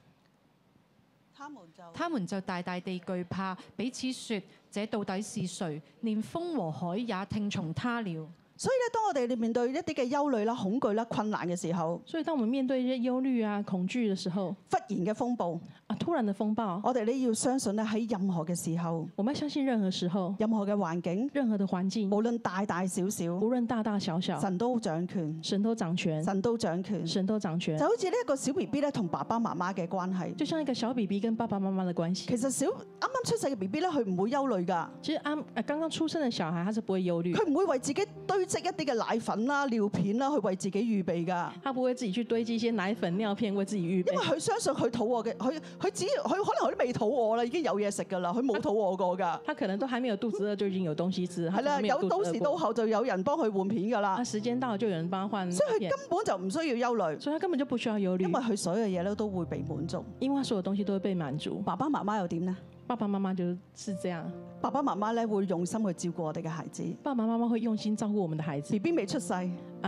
他們就大大地懼怕，彼此說：這到底是誰？連風和海也聽從他了。 所以咧，當我哋面對一啲嘅憂慮啦、恐懼啦、困難嘅時候， 所以當我們面對一些憂慮啊、恐懼嘅時候， 忽然嘅風暴突然的風暴， 我哋呢要相信咧，喺任何嘅時候， 我們要相信任何時候、 任何嘅環境、 任何的環境， 無論大大小小， 無論大大小小， 神都掌權， 神都掌權， 神都掌權， 神都掌權。 就好似呢一個小 BB 咧，同爸爸媽媽嘅關係， 就像一個小 BB 跟爸爸媽媽嘅關係。 其實啱啱出世嘅 BB 咧，佢唔會憂慮㗎。 其實剛剛出生嘅小孩，他是不會憂慮。 佢唔會為自己堆積一啲嘅奶粉啦、尿片啦，去為自己預備㗎。 他不會自己去堆積一些奶粉、尿片為自己預備。 因為佢相信佢肚餓嘅，佢可能佢都未肚餓啦，已經有嘢食㗎啦，佢冇肚餓過㗎。 他可能都還沒有肚子餓，就已經有東西吃。 係啦，有到時到後就有人幫佢換片㗎啦。 時間到就有人幫他換。 所以佢根本就唔需要憂慮。 所以他根本就不需要憂慮。 因為佢所有嘢咧都會被滿足。 因為所有東西都會被滿足。 爸爸媽媽又點呢？ 爸爸媽媽就是這樣。 爸爸媽媽咧會用心去照顧我哋嘅孩子。 爸爸媽媽會用心照顧我們的孩子。 BB 未出世，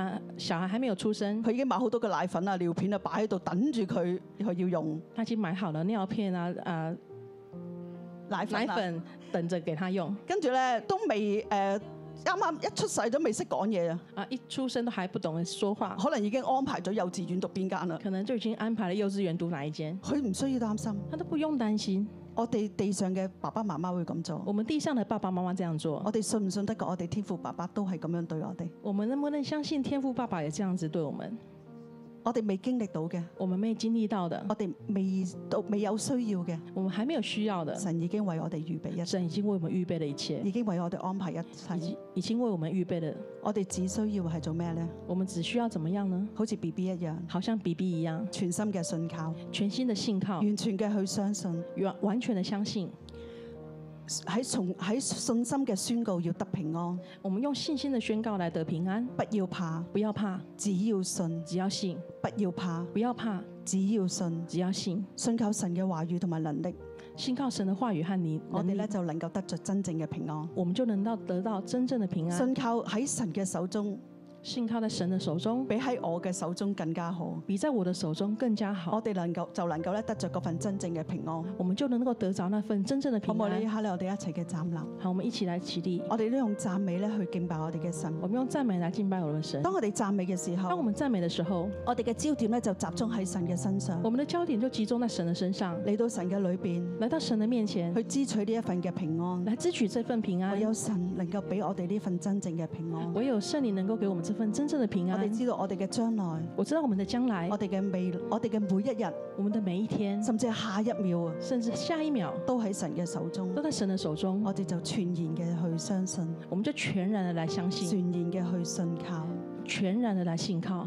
小孩還沒有出生， 佢已經買好多嘅奶粉啊、尿片啊擺喺度等住佢要用。 他已經買好了尿片啊、 奶粉啊， 奶粉等着給他用。 跟住咧都未啱啱一出世都未識講嘢啊， 一出生都還不懂得說話， 可能已經安排咗幼稚園讀邊間啦。 可能就已經安排了幼稚園讀哪一間， 佢唔需要擔心， 他都不用擔心。 我哋地上嘅爸爸媽媽會咁做。 我們地上的爸爸媽媽這樣做， 我哋信唔信得過我哋天父爸爸都係咁樣對我哋？ 我們能不能相信天父爸爸也這樣子對我們？ 我哋未經歷到嘅， 我們沒經歷到的， 我哋未有需要嘅， 我們還沒有需要的， 神已經為我哋預備一切， 神已經為我們預備了一切， 已經為我哋安排一切。 已經為我們預備了。 我哋只需要係做咩呢？ 我們只需要怎麼樣呢？ 好似 BB 一樣， 好像 BB 一樣， 全心嘅信靠， 全心的信靠， 完全嘅去相信， 完全的相信。 喺信心嘅宣告要得平安。 我們用信心的宣告來得平安， 不要怕， 不要怕， 只要信， 只要信， 不要怕， 不要怕， 只要信， 只要信， 信靠神嘅話語同埋能力， 信靠神的話語和你， 我哋咧就能夠得着真正嘅平安。 我們就能得到真正的平安。 信靠喺神嘅手中， 信靠在神的手中， 比喺我嘅手中更加好， 比在我的手中更加好。 我哋能夠咧得着嗰份真正嘅平安。 我們就能夠得着那份真正的平安。 好唔好呢？下我哋一齊嘅站立。 好，我們一起來起立。 我哋都用讚美咧去敬拜我哋嘅神。 我們用讚美來敬拜我們的神。 當我哋讚美嘅時候， 當我們讚美的時候， 我哋嘅焦點咧就集中喺神嘅身上。 我們的焦點就集中在神的身上， 嚟到神嘅裏邊， 來到神的面前， 去支取呢一份嘅平安， 來支取這份平安。 唯有神能夠俾我哋呢份真正嘅平安。 唯有聖靈能夠給我們這份真正的平安。 我哋知道我哋嘅將來， 我知道我們的將來， 我哋嘅每一日， 我們的每一天， 甚至係下一秒啊， 甚至下一秒， 都喺神嘅手中， 都在神的手中。 我哋就全然嘅去相信， 我們就全然的來相信， 全然嘅去信靠， 全然的來信靠。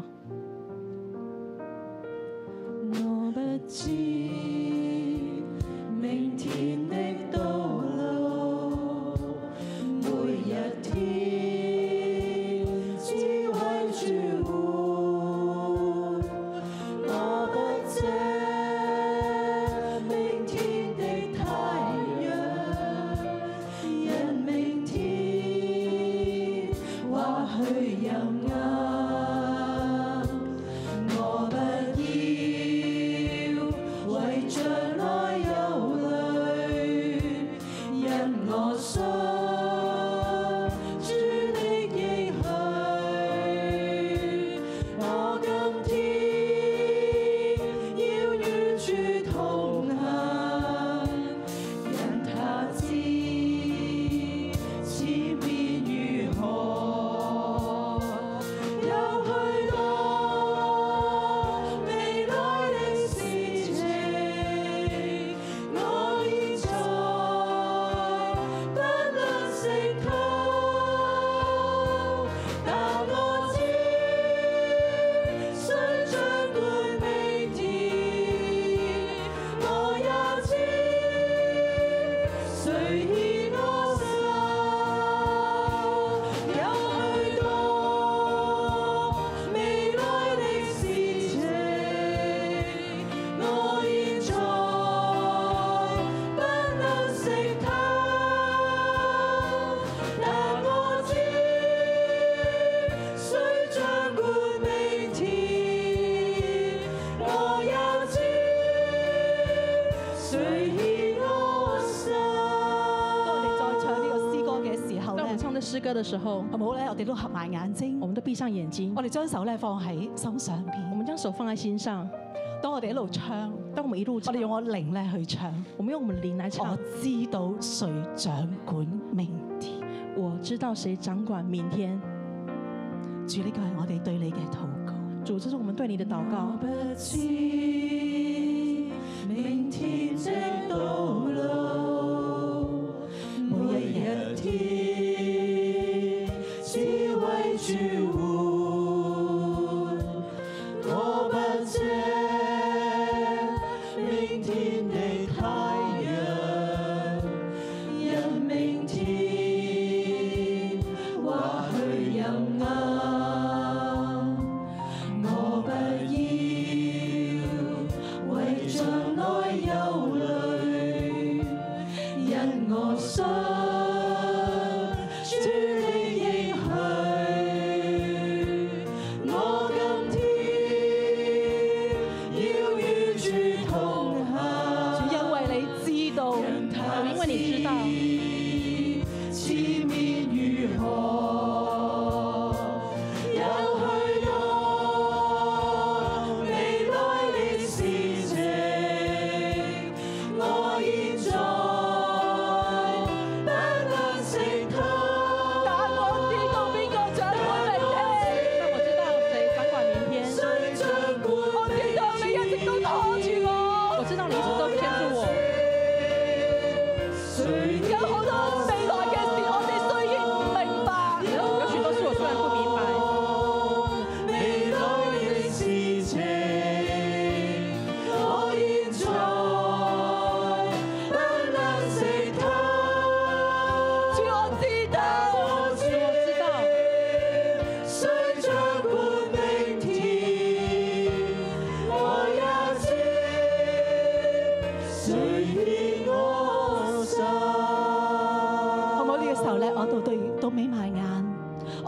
我不知明天的道路，每一天只為主活。我不借明天的太陽，因明天或許有暗。我不為將來憂慮，因我信主的應許。我今天要與主同行，因他知前面如何。有許多未來的事情，我現在不能識透，但我知誰掌管明天，我也知誰牽我手。有許多未來的事情，我現在不能識透，但我知誰掌管明天，我也知誰牽我手。 當我哋再唱呢個詩歌嘅時候咧當我們，唱這詩歌的時候， 好唔好咧？我哋都合埋眼睛我，們都閉上眼睛我，哋將手咧放喺心上我邊。 們將手放在心上。 當我哋一路唱， 當我們一路唱， 我哋用我靈咧去唱。 我們用我們的靈來唱我。知道誰掌管明天。 我知道誰掌管明天。 主，呢個係我哋對你嘅禱告。 主，這是我們對你的禱告我。不知明天的道路，每一天只為主活。我不借明天的太陽，因明天或許有暗。我不要為將來憂慮，因我信主的應許。我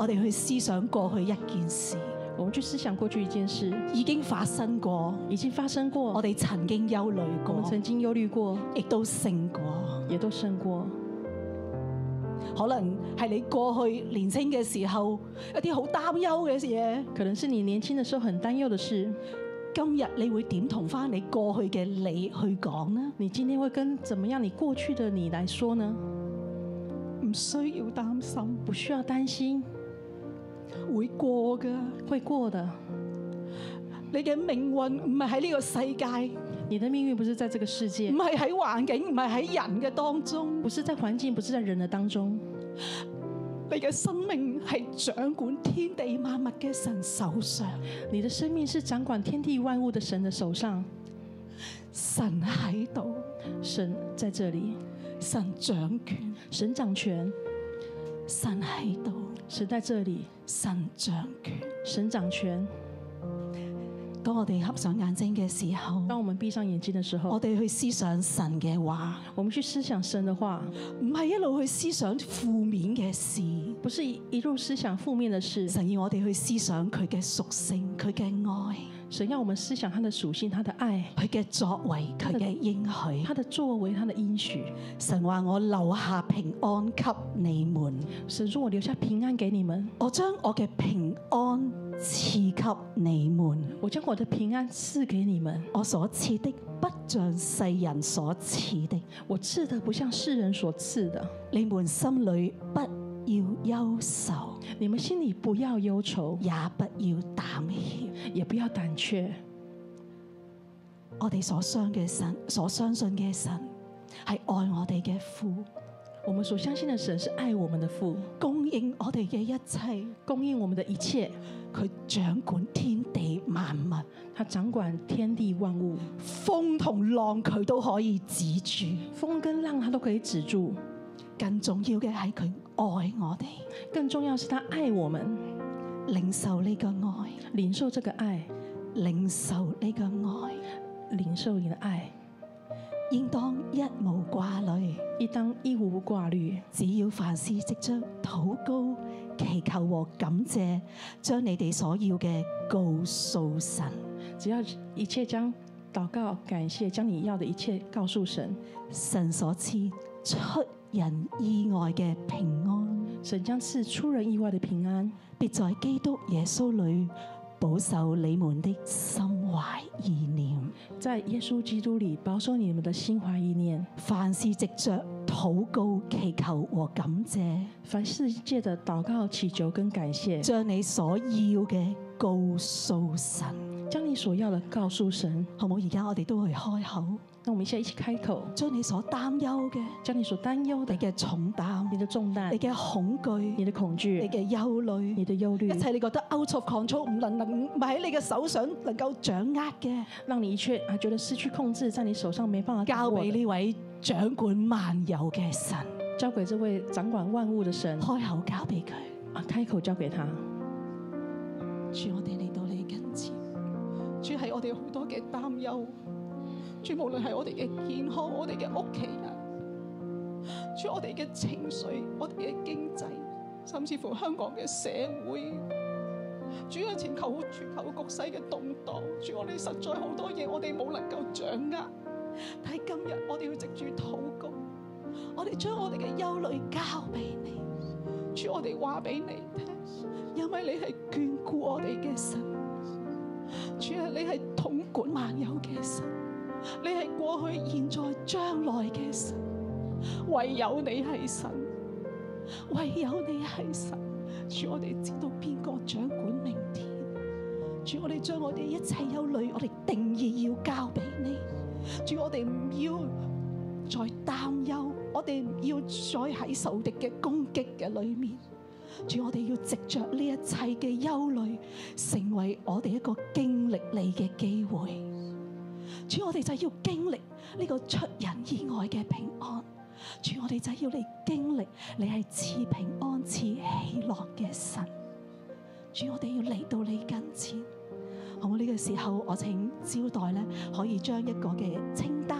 哋去思想過去一件事， 我們去思想過去一件事， 已經發生過， 已經發生過， 我哋曾經憂慮我們過， 曾經憂慮過， 亦都勝過。 也都勝過。 可能係你過去年輕嘅時候一啲好擔憂嘅嘢， 可能是你年輕的時候很擔憂的事， 今日你會點同翻你過去嘅你去講呢？ 你今天會跟怎麼樣你過去的你來說呢？ 唔需要擔心， 不需要擔心， 會過㗎。 會過的。 你嘅命運唔係喺呢個世界， 你的命運不是在這個世界唔，係喺環境，唔係喺人嘅當中， 不是在環境，不是在人的當中。 你嘅生命係掌管天地萬物嘅神手上， 你的生命是掌管天地萬物的神的手上， 神喺度， 神在這裡， 神掌權， 神掌權， 神喺度， 神在這裡， 神掌權。 神掌權。 當我哋合上眼睛嘅時候， 當我們閉上眼睛的時候， 我哋去思想神嘅話， 我們去思想神的話， 唔係一路去思想負面嘅事。 不是一路思想負面的事。 神要我哋去思想佢嘅屬性，佢嘅愛， 神要我們思想他的屬性，他的愛， 佢嘅作為，佢嘅應許。 他的作為，他的應許。 神話我留下平安給你們， 神說我留下平安給你們， 我將我嘅平安賜給你們。 我將我的平安賜給你們。 我所賜的不像世人所賜的， 我賜的不像世人所賜的。 你們心裏不要憂愁， 你們心裡不要憂愁， 也不要膽怯。 也不要膽怯。 我哋所相嘅神，所相信嘅神係愛我哋嘅父， 我們所相信的神是愛我們的父， 供應我哋嘅一切， 供應我們的一切。 佢掌管天地萬物， 他掌管天地萬物， 風同浪佢都可以止住。 風跟浪他都可以止住。 更重要嘅係佢愛我哋， 更重要是他愛我們， 領受呢個愛， 領受這個愛， 領受呢個愛， 領受你的愛， 應當一無掛慮， 應當一無掛慮。 只要凡事藉着禱告、祈求和感謝，將你哋所要嘅告訴神。 只要一切將禱告、感謝，將你要的一切告訴神。 神所賜出人意外嘅平安， 神將賜出人意外的平安， 必在基督耶穌裏保守你們的心懷意念。 在耶穌基督裏保守你們的心懷意念。 凡事藉着禱告、祈求和感謝， 凡事借着禱告、祈求跟感謝， 將你所要嘅告訴神。 將你所要的告訴神， 好冇？而家我哋都去開口， 那我們現在一起開口， 將你所擔憂嘅， 將你所擔憂的、 你嘅重擔、 你的重擔、 你嘅恐懼、 你的恐懼、 你嘅憂慮、 你的憂慮， 一切你覺得 out of control 唔係喺你嘅手上能夠掌握嘅， 讓你一切覺得失去控制，在你手上沒辦法交俾呢位掌管萬有嘅神， 交給這位掌管萬物的神， 開口交俾佢， 開口交給他。 主，我哋嚟到你跟前，主係我哋好多嘅擔憂，主無論係我哋嘅健康、我哋嘅屋企人，主我哋嘅情緒、我哋嘅經濟，甚至乎香港嘅社會，主啊，全球局勢嘅動盪，主我哋實在好多嘢我哋冇能夠掌握，但係今日我哋要藉住禱告，我哋將我哋嘅憂慮交俾你，主我哋話俾你聽。因為你係眷顧我哋嘅神，主啊，你係統管萬有嘅神，你係過去、現在、將來嘅神，唯有你係神，唯有你係神。主，我哋知道邊個掌管明天，主，我哋將我哋一切憂慮，我哋定義要交俾你。主，我哋唔要再擔憂，我哋唔要再喺仇敵嘅攻擊嘅裏面。主，我哋要藉着呢一切嘅憂慮，成為我哋一個經歷你嘅機會。主，我哋就要經歷呢個出人意外嘅平安。主，我哋就要嚟經歷你係賜平安、賜喜樂嘅神。主，我哋要嚟到你跟前。好，呢個時候我請招待咧，可以將一個嘅清單同埋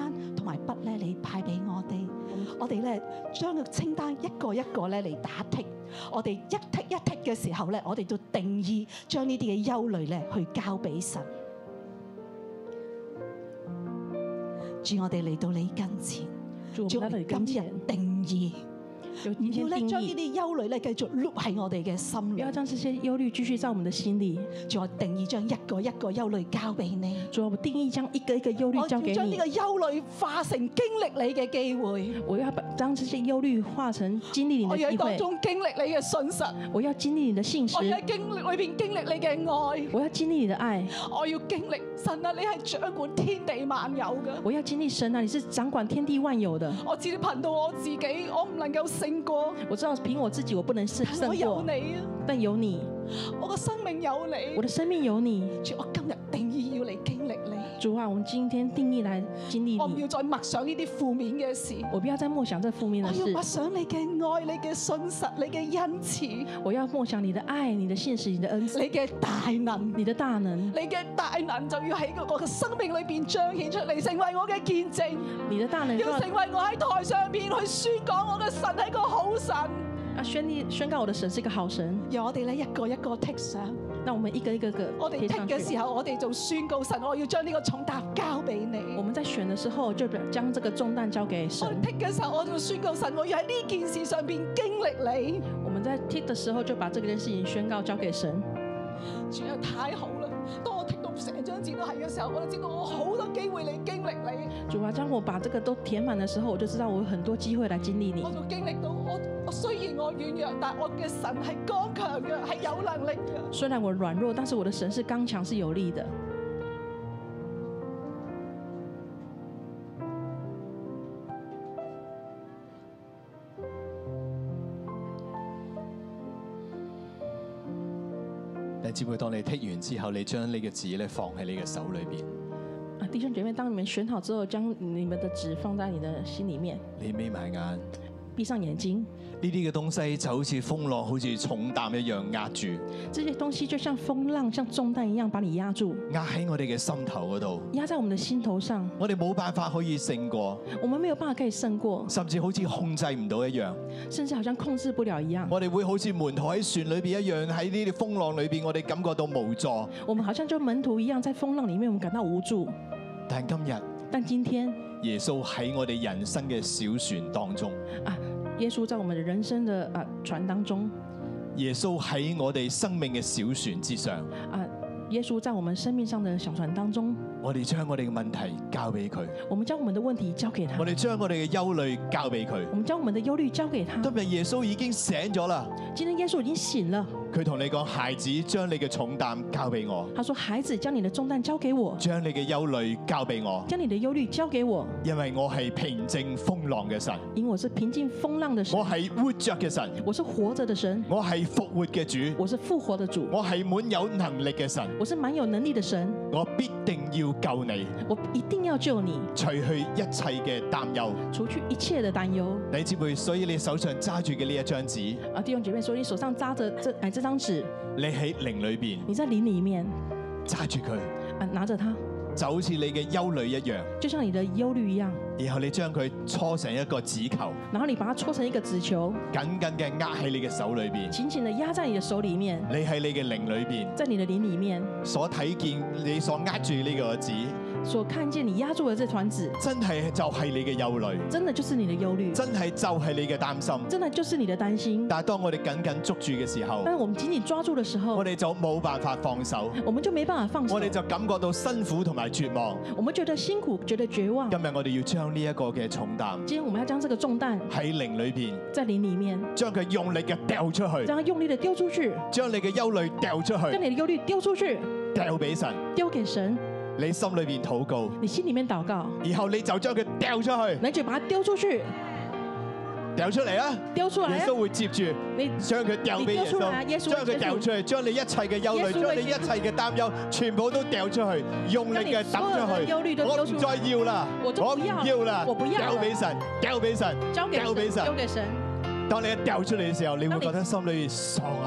埋筆咧，你派俾我哋咧將個清單一個一個咧嚟打剔。我哋一剔一剔嘅時候咧，我哋就定義將呢啲嘅憂慮咧去交俾神。主，我哋嚟到你跟前， 主，我們來到你跟今日前， 定義。唔要咧將呢義， 啲憂慮咧繼續碌喺我哋嘅心裏不要。將這些憂慮繼續在我們的心裡。 主，我定義將一個一個憂慮交俾你。 主，我定義將一個一個憂慮交給你我要將呢個。憂慮化成經歷你嘅機會。 我要把將這些憂慮化成經歷你我要喺當的機會。 中經歷你嘅信實。 我要經歷你的信我要實， 喺經歷裏邊經歷你嘅愛。 我要經歷你的愛， 我要經歷神啊！你係掌管天地萬有嘅。 我要經歷神啊！你是掌管天地萬有的。 我知道憑到我自己，我唔能夠勝過。 我知道憑我自己我不能勝但我有過， 你啊！ 但有你， 我個生命有你。 我的生命有你。 主，我今日定義要嚟經歷你。 主啊，我們今天定義來經歷你我唔要。再默想呢啲負面嘅事。 我不要再默想這負面的事我要默，想你嘅愛、你嘅信實、你嘅恩慈、 我要默想你的愛、你的現實、你的恩慈、 你嘅大能。 你的大能。 你嘅大能就要喺我嘅生命裏邊彰顯出嚟，成為我嘅見證。 你的大能要成為我喺台上邊去宣講我嘅神係個好神。 要宣告我的神是一個好神。 由我哋咧一個一個剔上， 讓我們一個一個個我哋剔貼上去。 嘅時候，我哋就宣告神，我要將呢個重擔交俾你。 我們在選的時候就將這個重擔交給我神。 剔嘅時候，我就宣告神，我要喺呢件事上邊經歷你。 我們在剔的時候就把這件事情宣告交給神。 主啊，太好啦！當我剔到成張紙都係嘅時候，我就知道我好多機會嚟經歷你。 主啊，當我把這個都填滿的時候，我就知道我有很多機會來經歷你我。就經歷到我雖然我軟弱，但我嘅神係剛強嘅，係有能力嘅。 雖然我軟弱，但是我的神是剛強，是有力的。 弟兄姊妹，當你剔完之後，你將你嘅紙咧放喺你嘅手裏邊， 啊，弟兄姐妹，當你們選好之後，將你們的紙放在你的心裡面， 你眯埋眼。 閉上眼睛。 呢啲嘅東西就好似風浪，好似重擔一樣壓住， 這些東西就像風浪、像重擔一樣把你壓住， 壓喺我哋嘅心頭嗰度。 壓在我們的心頭上。 我哋冇辦法可以勝過， 我們沒有辦法可以勝過， 甚至好似控制唔到一樣。 甚至好像控制不了一樣。 我哋會好似門徒喺船裏邊一樣，喺呢啲風浪裏邊，我哋感覺到無助。 我們好像就門徒一樣，在風浪裡面，我們感到無助。 但今日， 但今天， 耶穌喺我哋人生嘅小船當中， 耶穌在我們的人生的船當中， 耶穌喺我哋生命嘅小船之上， 耶穌在我們生命上的小船當中， 我哋將我哋嘅問題交俾佢， 我們將我們的問題交給他， 我哋將我哋嘅憂慮交俾佢。 我們將我們的憂慮交給他。 今日耶穌已經醒咗啦， 今天耶穌已經醒了， 佢同你講：孩子，將你嘅重擔交俾我， 他說：孩子，將你的重擔交給我， 將你嘅憂慮交俾我， 將你的憂慮交給我， 因為我係平靜風浪嘅神， 因為我是平靜風浪的神我，係活着嘅神， 我是活着的神， 我係復活嘅主， 我是復活的主， 我係滿有能力嘅神， 我是滿有能力的神， 我必定要救你， 我一定要救你， 除去一切嘅擔憂。 除去一切的擔憂。 弟兄姊妹，所以你手上揸住嘅呢一張紙， 弟兄姐妹，所以你手上揸着這張紙， 你喺靈裏邊你在靈裡面揸住佢， 拿着它， 就好似你嘅憂慮一樣， 就像你的憂慮一樣， 然後你將佢搓成一個紙球， 然後你把它搓成一個紙球， 緊緊嘅握喺你嘅手裏邊。 緊緊的壓在你的手裡面， 你喺你嘅靈裏邊在你的靈裡面所睇見你所握住呢個紙， 所看見你壓住的這團紙， 真係就係你嘅憂慮， 真的就是你的憂慮， 真係就係你嘅擔心。 真的就是你的擔心。 但係當我哋緊緊捉住嘅時候， 但是我們緊緊抓住的時候， 我哋就冇辦法放手， 我們就沒辦法放手， 我哋就感覺到辛苦同埋絕望。 我們覺得辛苦，覺得絕望。 今日我哋要將呢一個嘅重擔今天我們要將這個重擔喺靈裏邊， 在靈裡面， 將佢用力嘅掉出去， 將它用力的丟出去， 將你嘅憂慮掉出將去， 你的憂慮丟出去， 掉俾神。 丟給神。 你心裏邊禱告， 你心裡面禱告， 然後你就將佢掉出去， 你就把它丟出去， 掉出嚟啊！ 丟出來啊！ 耶穌會接住， 你將佢掉俾耶你丟出來啊耶穌， 穌將佢掉出去，將你一切嘅憂慮， 耶穌會將你一切嘅擔憂，全部都掉出去，用力嘅抌出去。 將你所有的憂慮都我唔丟出來再要啦， 我都不要唔要啦， 我不要了交俾神，交俾神， 交給神， 交俾神丟。給神。 當你一掉出嚟嘅時候，你會覺得心裏爽啊！ 當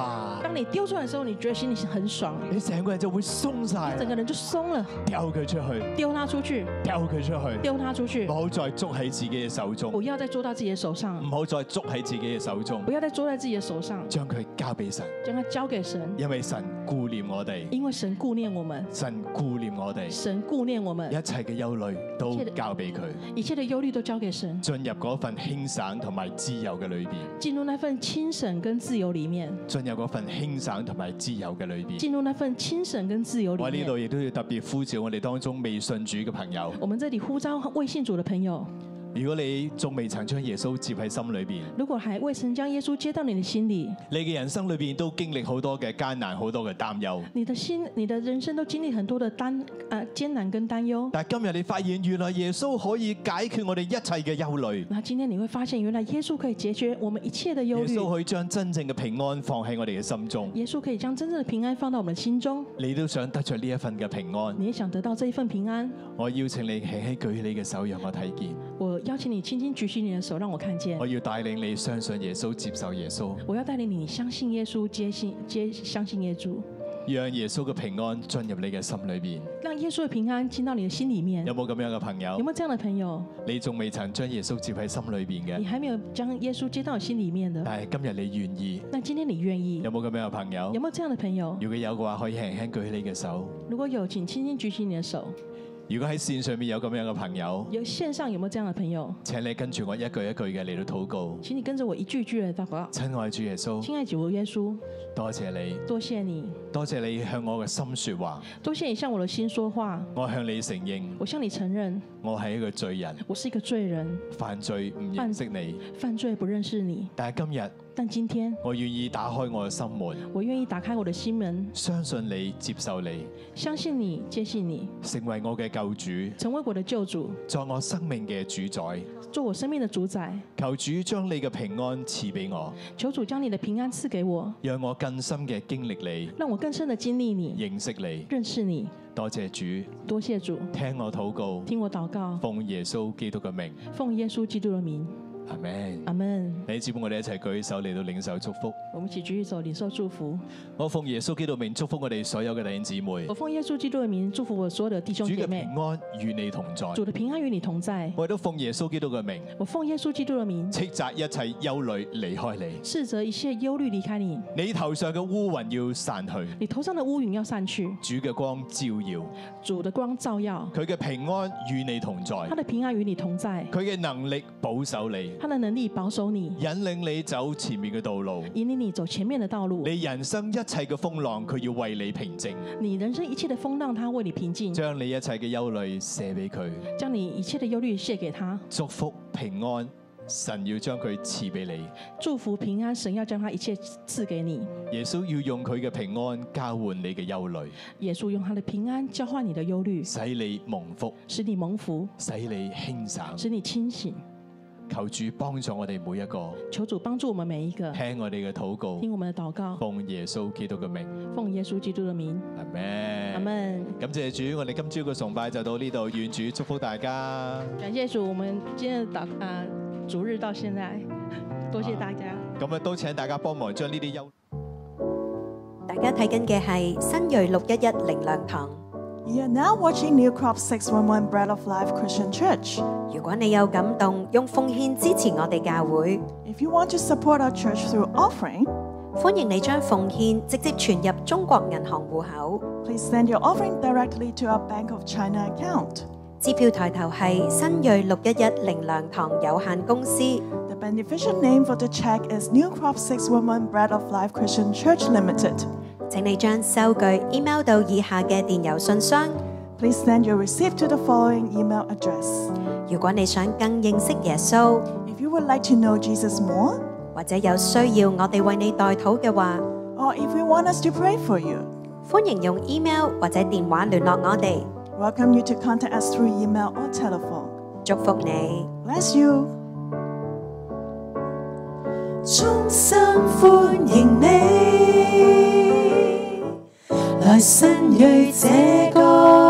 當你丟出來的時候，你覺得心裡很爽， 你成個人就會鬆晒， 整個人就鬆了， 丟佢出去， 丟他出去， 丟佢出去， 丟他出去唔，好再捉喺自己嘅手中， 不要再捉到自己的手上唔，好再捉喺自己嘅手中不，要再捉在自己的手上， 將佢交俾神， 將它交給神， 因為神顧念我哋， 因為神顧念我們， 神顧念我哋， 神顧念我們， 一切嘅憂慮都交俾佢， 一切的憂慮都交給神， 進入嗰份輕省同埋自由嘅裏邊， 進入那份輕省跟自由裡面， 進入嗰份輕省同埋自由嘅裏邊。 進入那份輕省跟自由我喺呢裡面。 度亦都要特別呼召我哋當中未信主嘅朋友。 我們這裡呼召未信主的朋友， 如果你仲未曾將耶穌接喺心裏邊， 如果還未曾將耶穌接到你的心裡， 你嘅人生裏邊都經歷好多嘅艱難，好多嘅擔憂。 你的人生都經歷很多的艱難跟擔憂。 但係今日你發現，原來耶穌可以解決我哋一切嘅憂慮。 那今天你會發現，原來耶穌可以解決我們一切的憂耶穌慮。 可以將真正嘅平安放喺我哋嘅心中。 耶穌可以將真正的平安放到我們的心中。 你都想得着呢一份嘅平安， 你也想得到這一份平安。 我邀請你輕輕舉你嘅手，讓我睇見。 我邀請你輕輕舉起你的手，讓我看見我。要帶領你相信耶穌，接受耶穌， 我要帶領你相信耶穌，相信耶穌， 讓耶穌嘅平安進入你嘅心裏邊。 讓耶穌的平安進到你的心裡面。 有冇咁樣嘅朋友？ 有沒有這樣的朋友？ 你仲未曾將耶穌接喺心裏邊嘅， 你還沒有將耶穌接到心裡面的， 但係今日你願意， 那今天你願意？ 有冇咁樣嘅朋友有？沒有這樣的朋友？ 如果有嘅話，可以輕輕舉起你嘅手。 如果有，請輕輕舉起你的手。 如果喺線上面有咁樣嘅朋友， 有線上有沒有這樣的朋友？ 請你跟住我一句一句嘅嚟到禱告。 請你跟着我一句一句的禱告。 親愛主耶穌， 親愛主耶穌， 多謝你， 多謝你， 多謝你向我嘅心説話。 多謝你向我的心說話。 我向你承認， 我向你承認， 我係一個罪人， 我是一個罪人， 犯罪唔認識你。 犯罪不認識你。 但係今日， 但今天我願意打開我嘅心門， 我願意打開我的心門， 相信你，接受你， 相信你，接信你， 成為我嘅救主， 成為我的救主， 作我生命嘅主宰。 做我生命的主宰。 求主將你嘅平安賜俾我， 求主將你的平安賜給我， 讓我更深嘅經歷你， 讓我更深的經歷你， 認識你。 認識你。 多謝主， 多謝主， 聽我禱告， 聽我禱告， 奉耶穌基督嘅名， 奉耶穌基督的名。 阿門。 阿門。 弟兄姊妹，我哋一齊舉手嚟到領受祝福。 我們一起舉手領受祝福。 我奉耶穌基督名祝福我哋所有嘅弟兄姊妹。 我奉耶穌基督的名祝福我所有的弟兄主姐妹。 嘅平安與你同在。 主的平安與你同在。 我亦都奉耶穌基督嘅名， 我奉耶穌基督的名， 斥責一切憂慮離開你。 斥責一切憂慮離開你。 你頭上嘅烏雲要散去， 你頭上的烏雲要散去。 主嘅光照耀， 主的光照耀。 佢嘅平安與你同在。 他的平安與你同在。 佢嘅能力保守你， 他的能力保守你， 引領你走前面嘅道路。 引領你走前面的道路。 你人生一切嘅風浪，佢要為你平靜。 你人生一切的風浪，他為你平靜。 將你一切嘅憂慮卸俾佢， 將你一切的憂慮卸給他。 祝福平安，神要將佢賜俾你。 祝福平安，神要將他一切賜給你。 耶穌要用佢嘅平安交換你嘅憂慮， 耶穌用他的平安交換你的憂慮， 使你蒙福， 使你蒙福， 使你輕省， 使你清醒。 求主幫助我哋每一個， 求主幫助我們每一個， 聽我哋嘅禱告， 聽我們的禱告， 奉耶穌基督嘅名， 奉耶穌基督的名， 阿門， 阿門。 感謝主，我哋今朝嘅崇拜就到呢度，願主祝福大家。 感謝主，我們今天的主日到現在，多謝大家。 咁都請大家幫忙將呢啲憂。 大家睇緊嘅係新銳611靈糧堂。 You are now watching New Crop 611 Bread of Life Christian Church. 如果你有感動，用奉獻支持我哋教會， If you want to support our church through offering, 歡迎你將奉獻直接存入中國銀行戶口。 please send your offering directly to our Bank of China account. 支票抬頭係新銳611靈糧堂有限公司。 The beneficial name for the check is New Crop 611 Bread of Life Christian Church Limited. 請你將收據 email 到以下嘅電郵信箱。 Please send your receipt to the following email address. 如果你想更認識耶穌， If you would like to know Jesus more, 或者有需要我哋為你代禱嘅話， or if you want us to pray for you, 歡迎用 email 或者電話聯絡我哋。 welcome you to contact us through email or telephone. 祝福你。 Bless you. 衷心歡迎你來新銳這個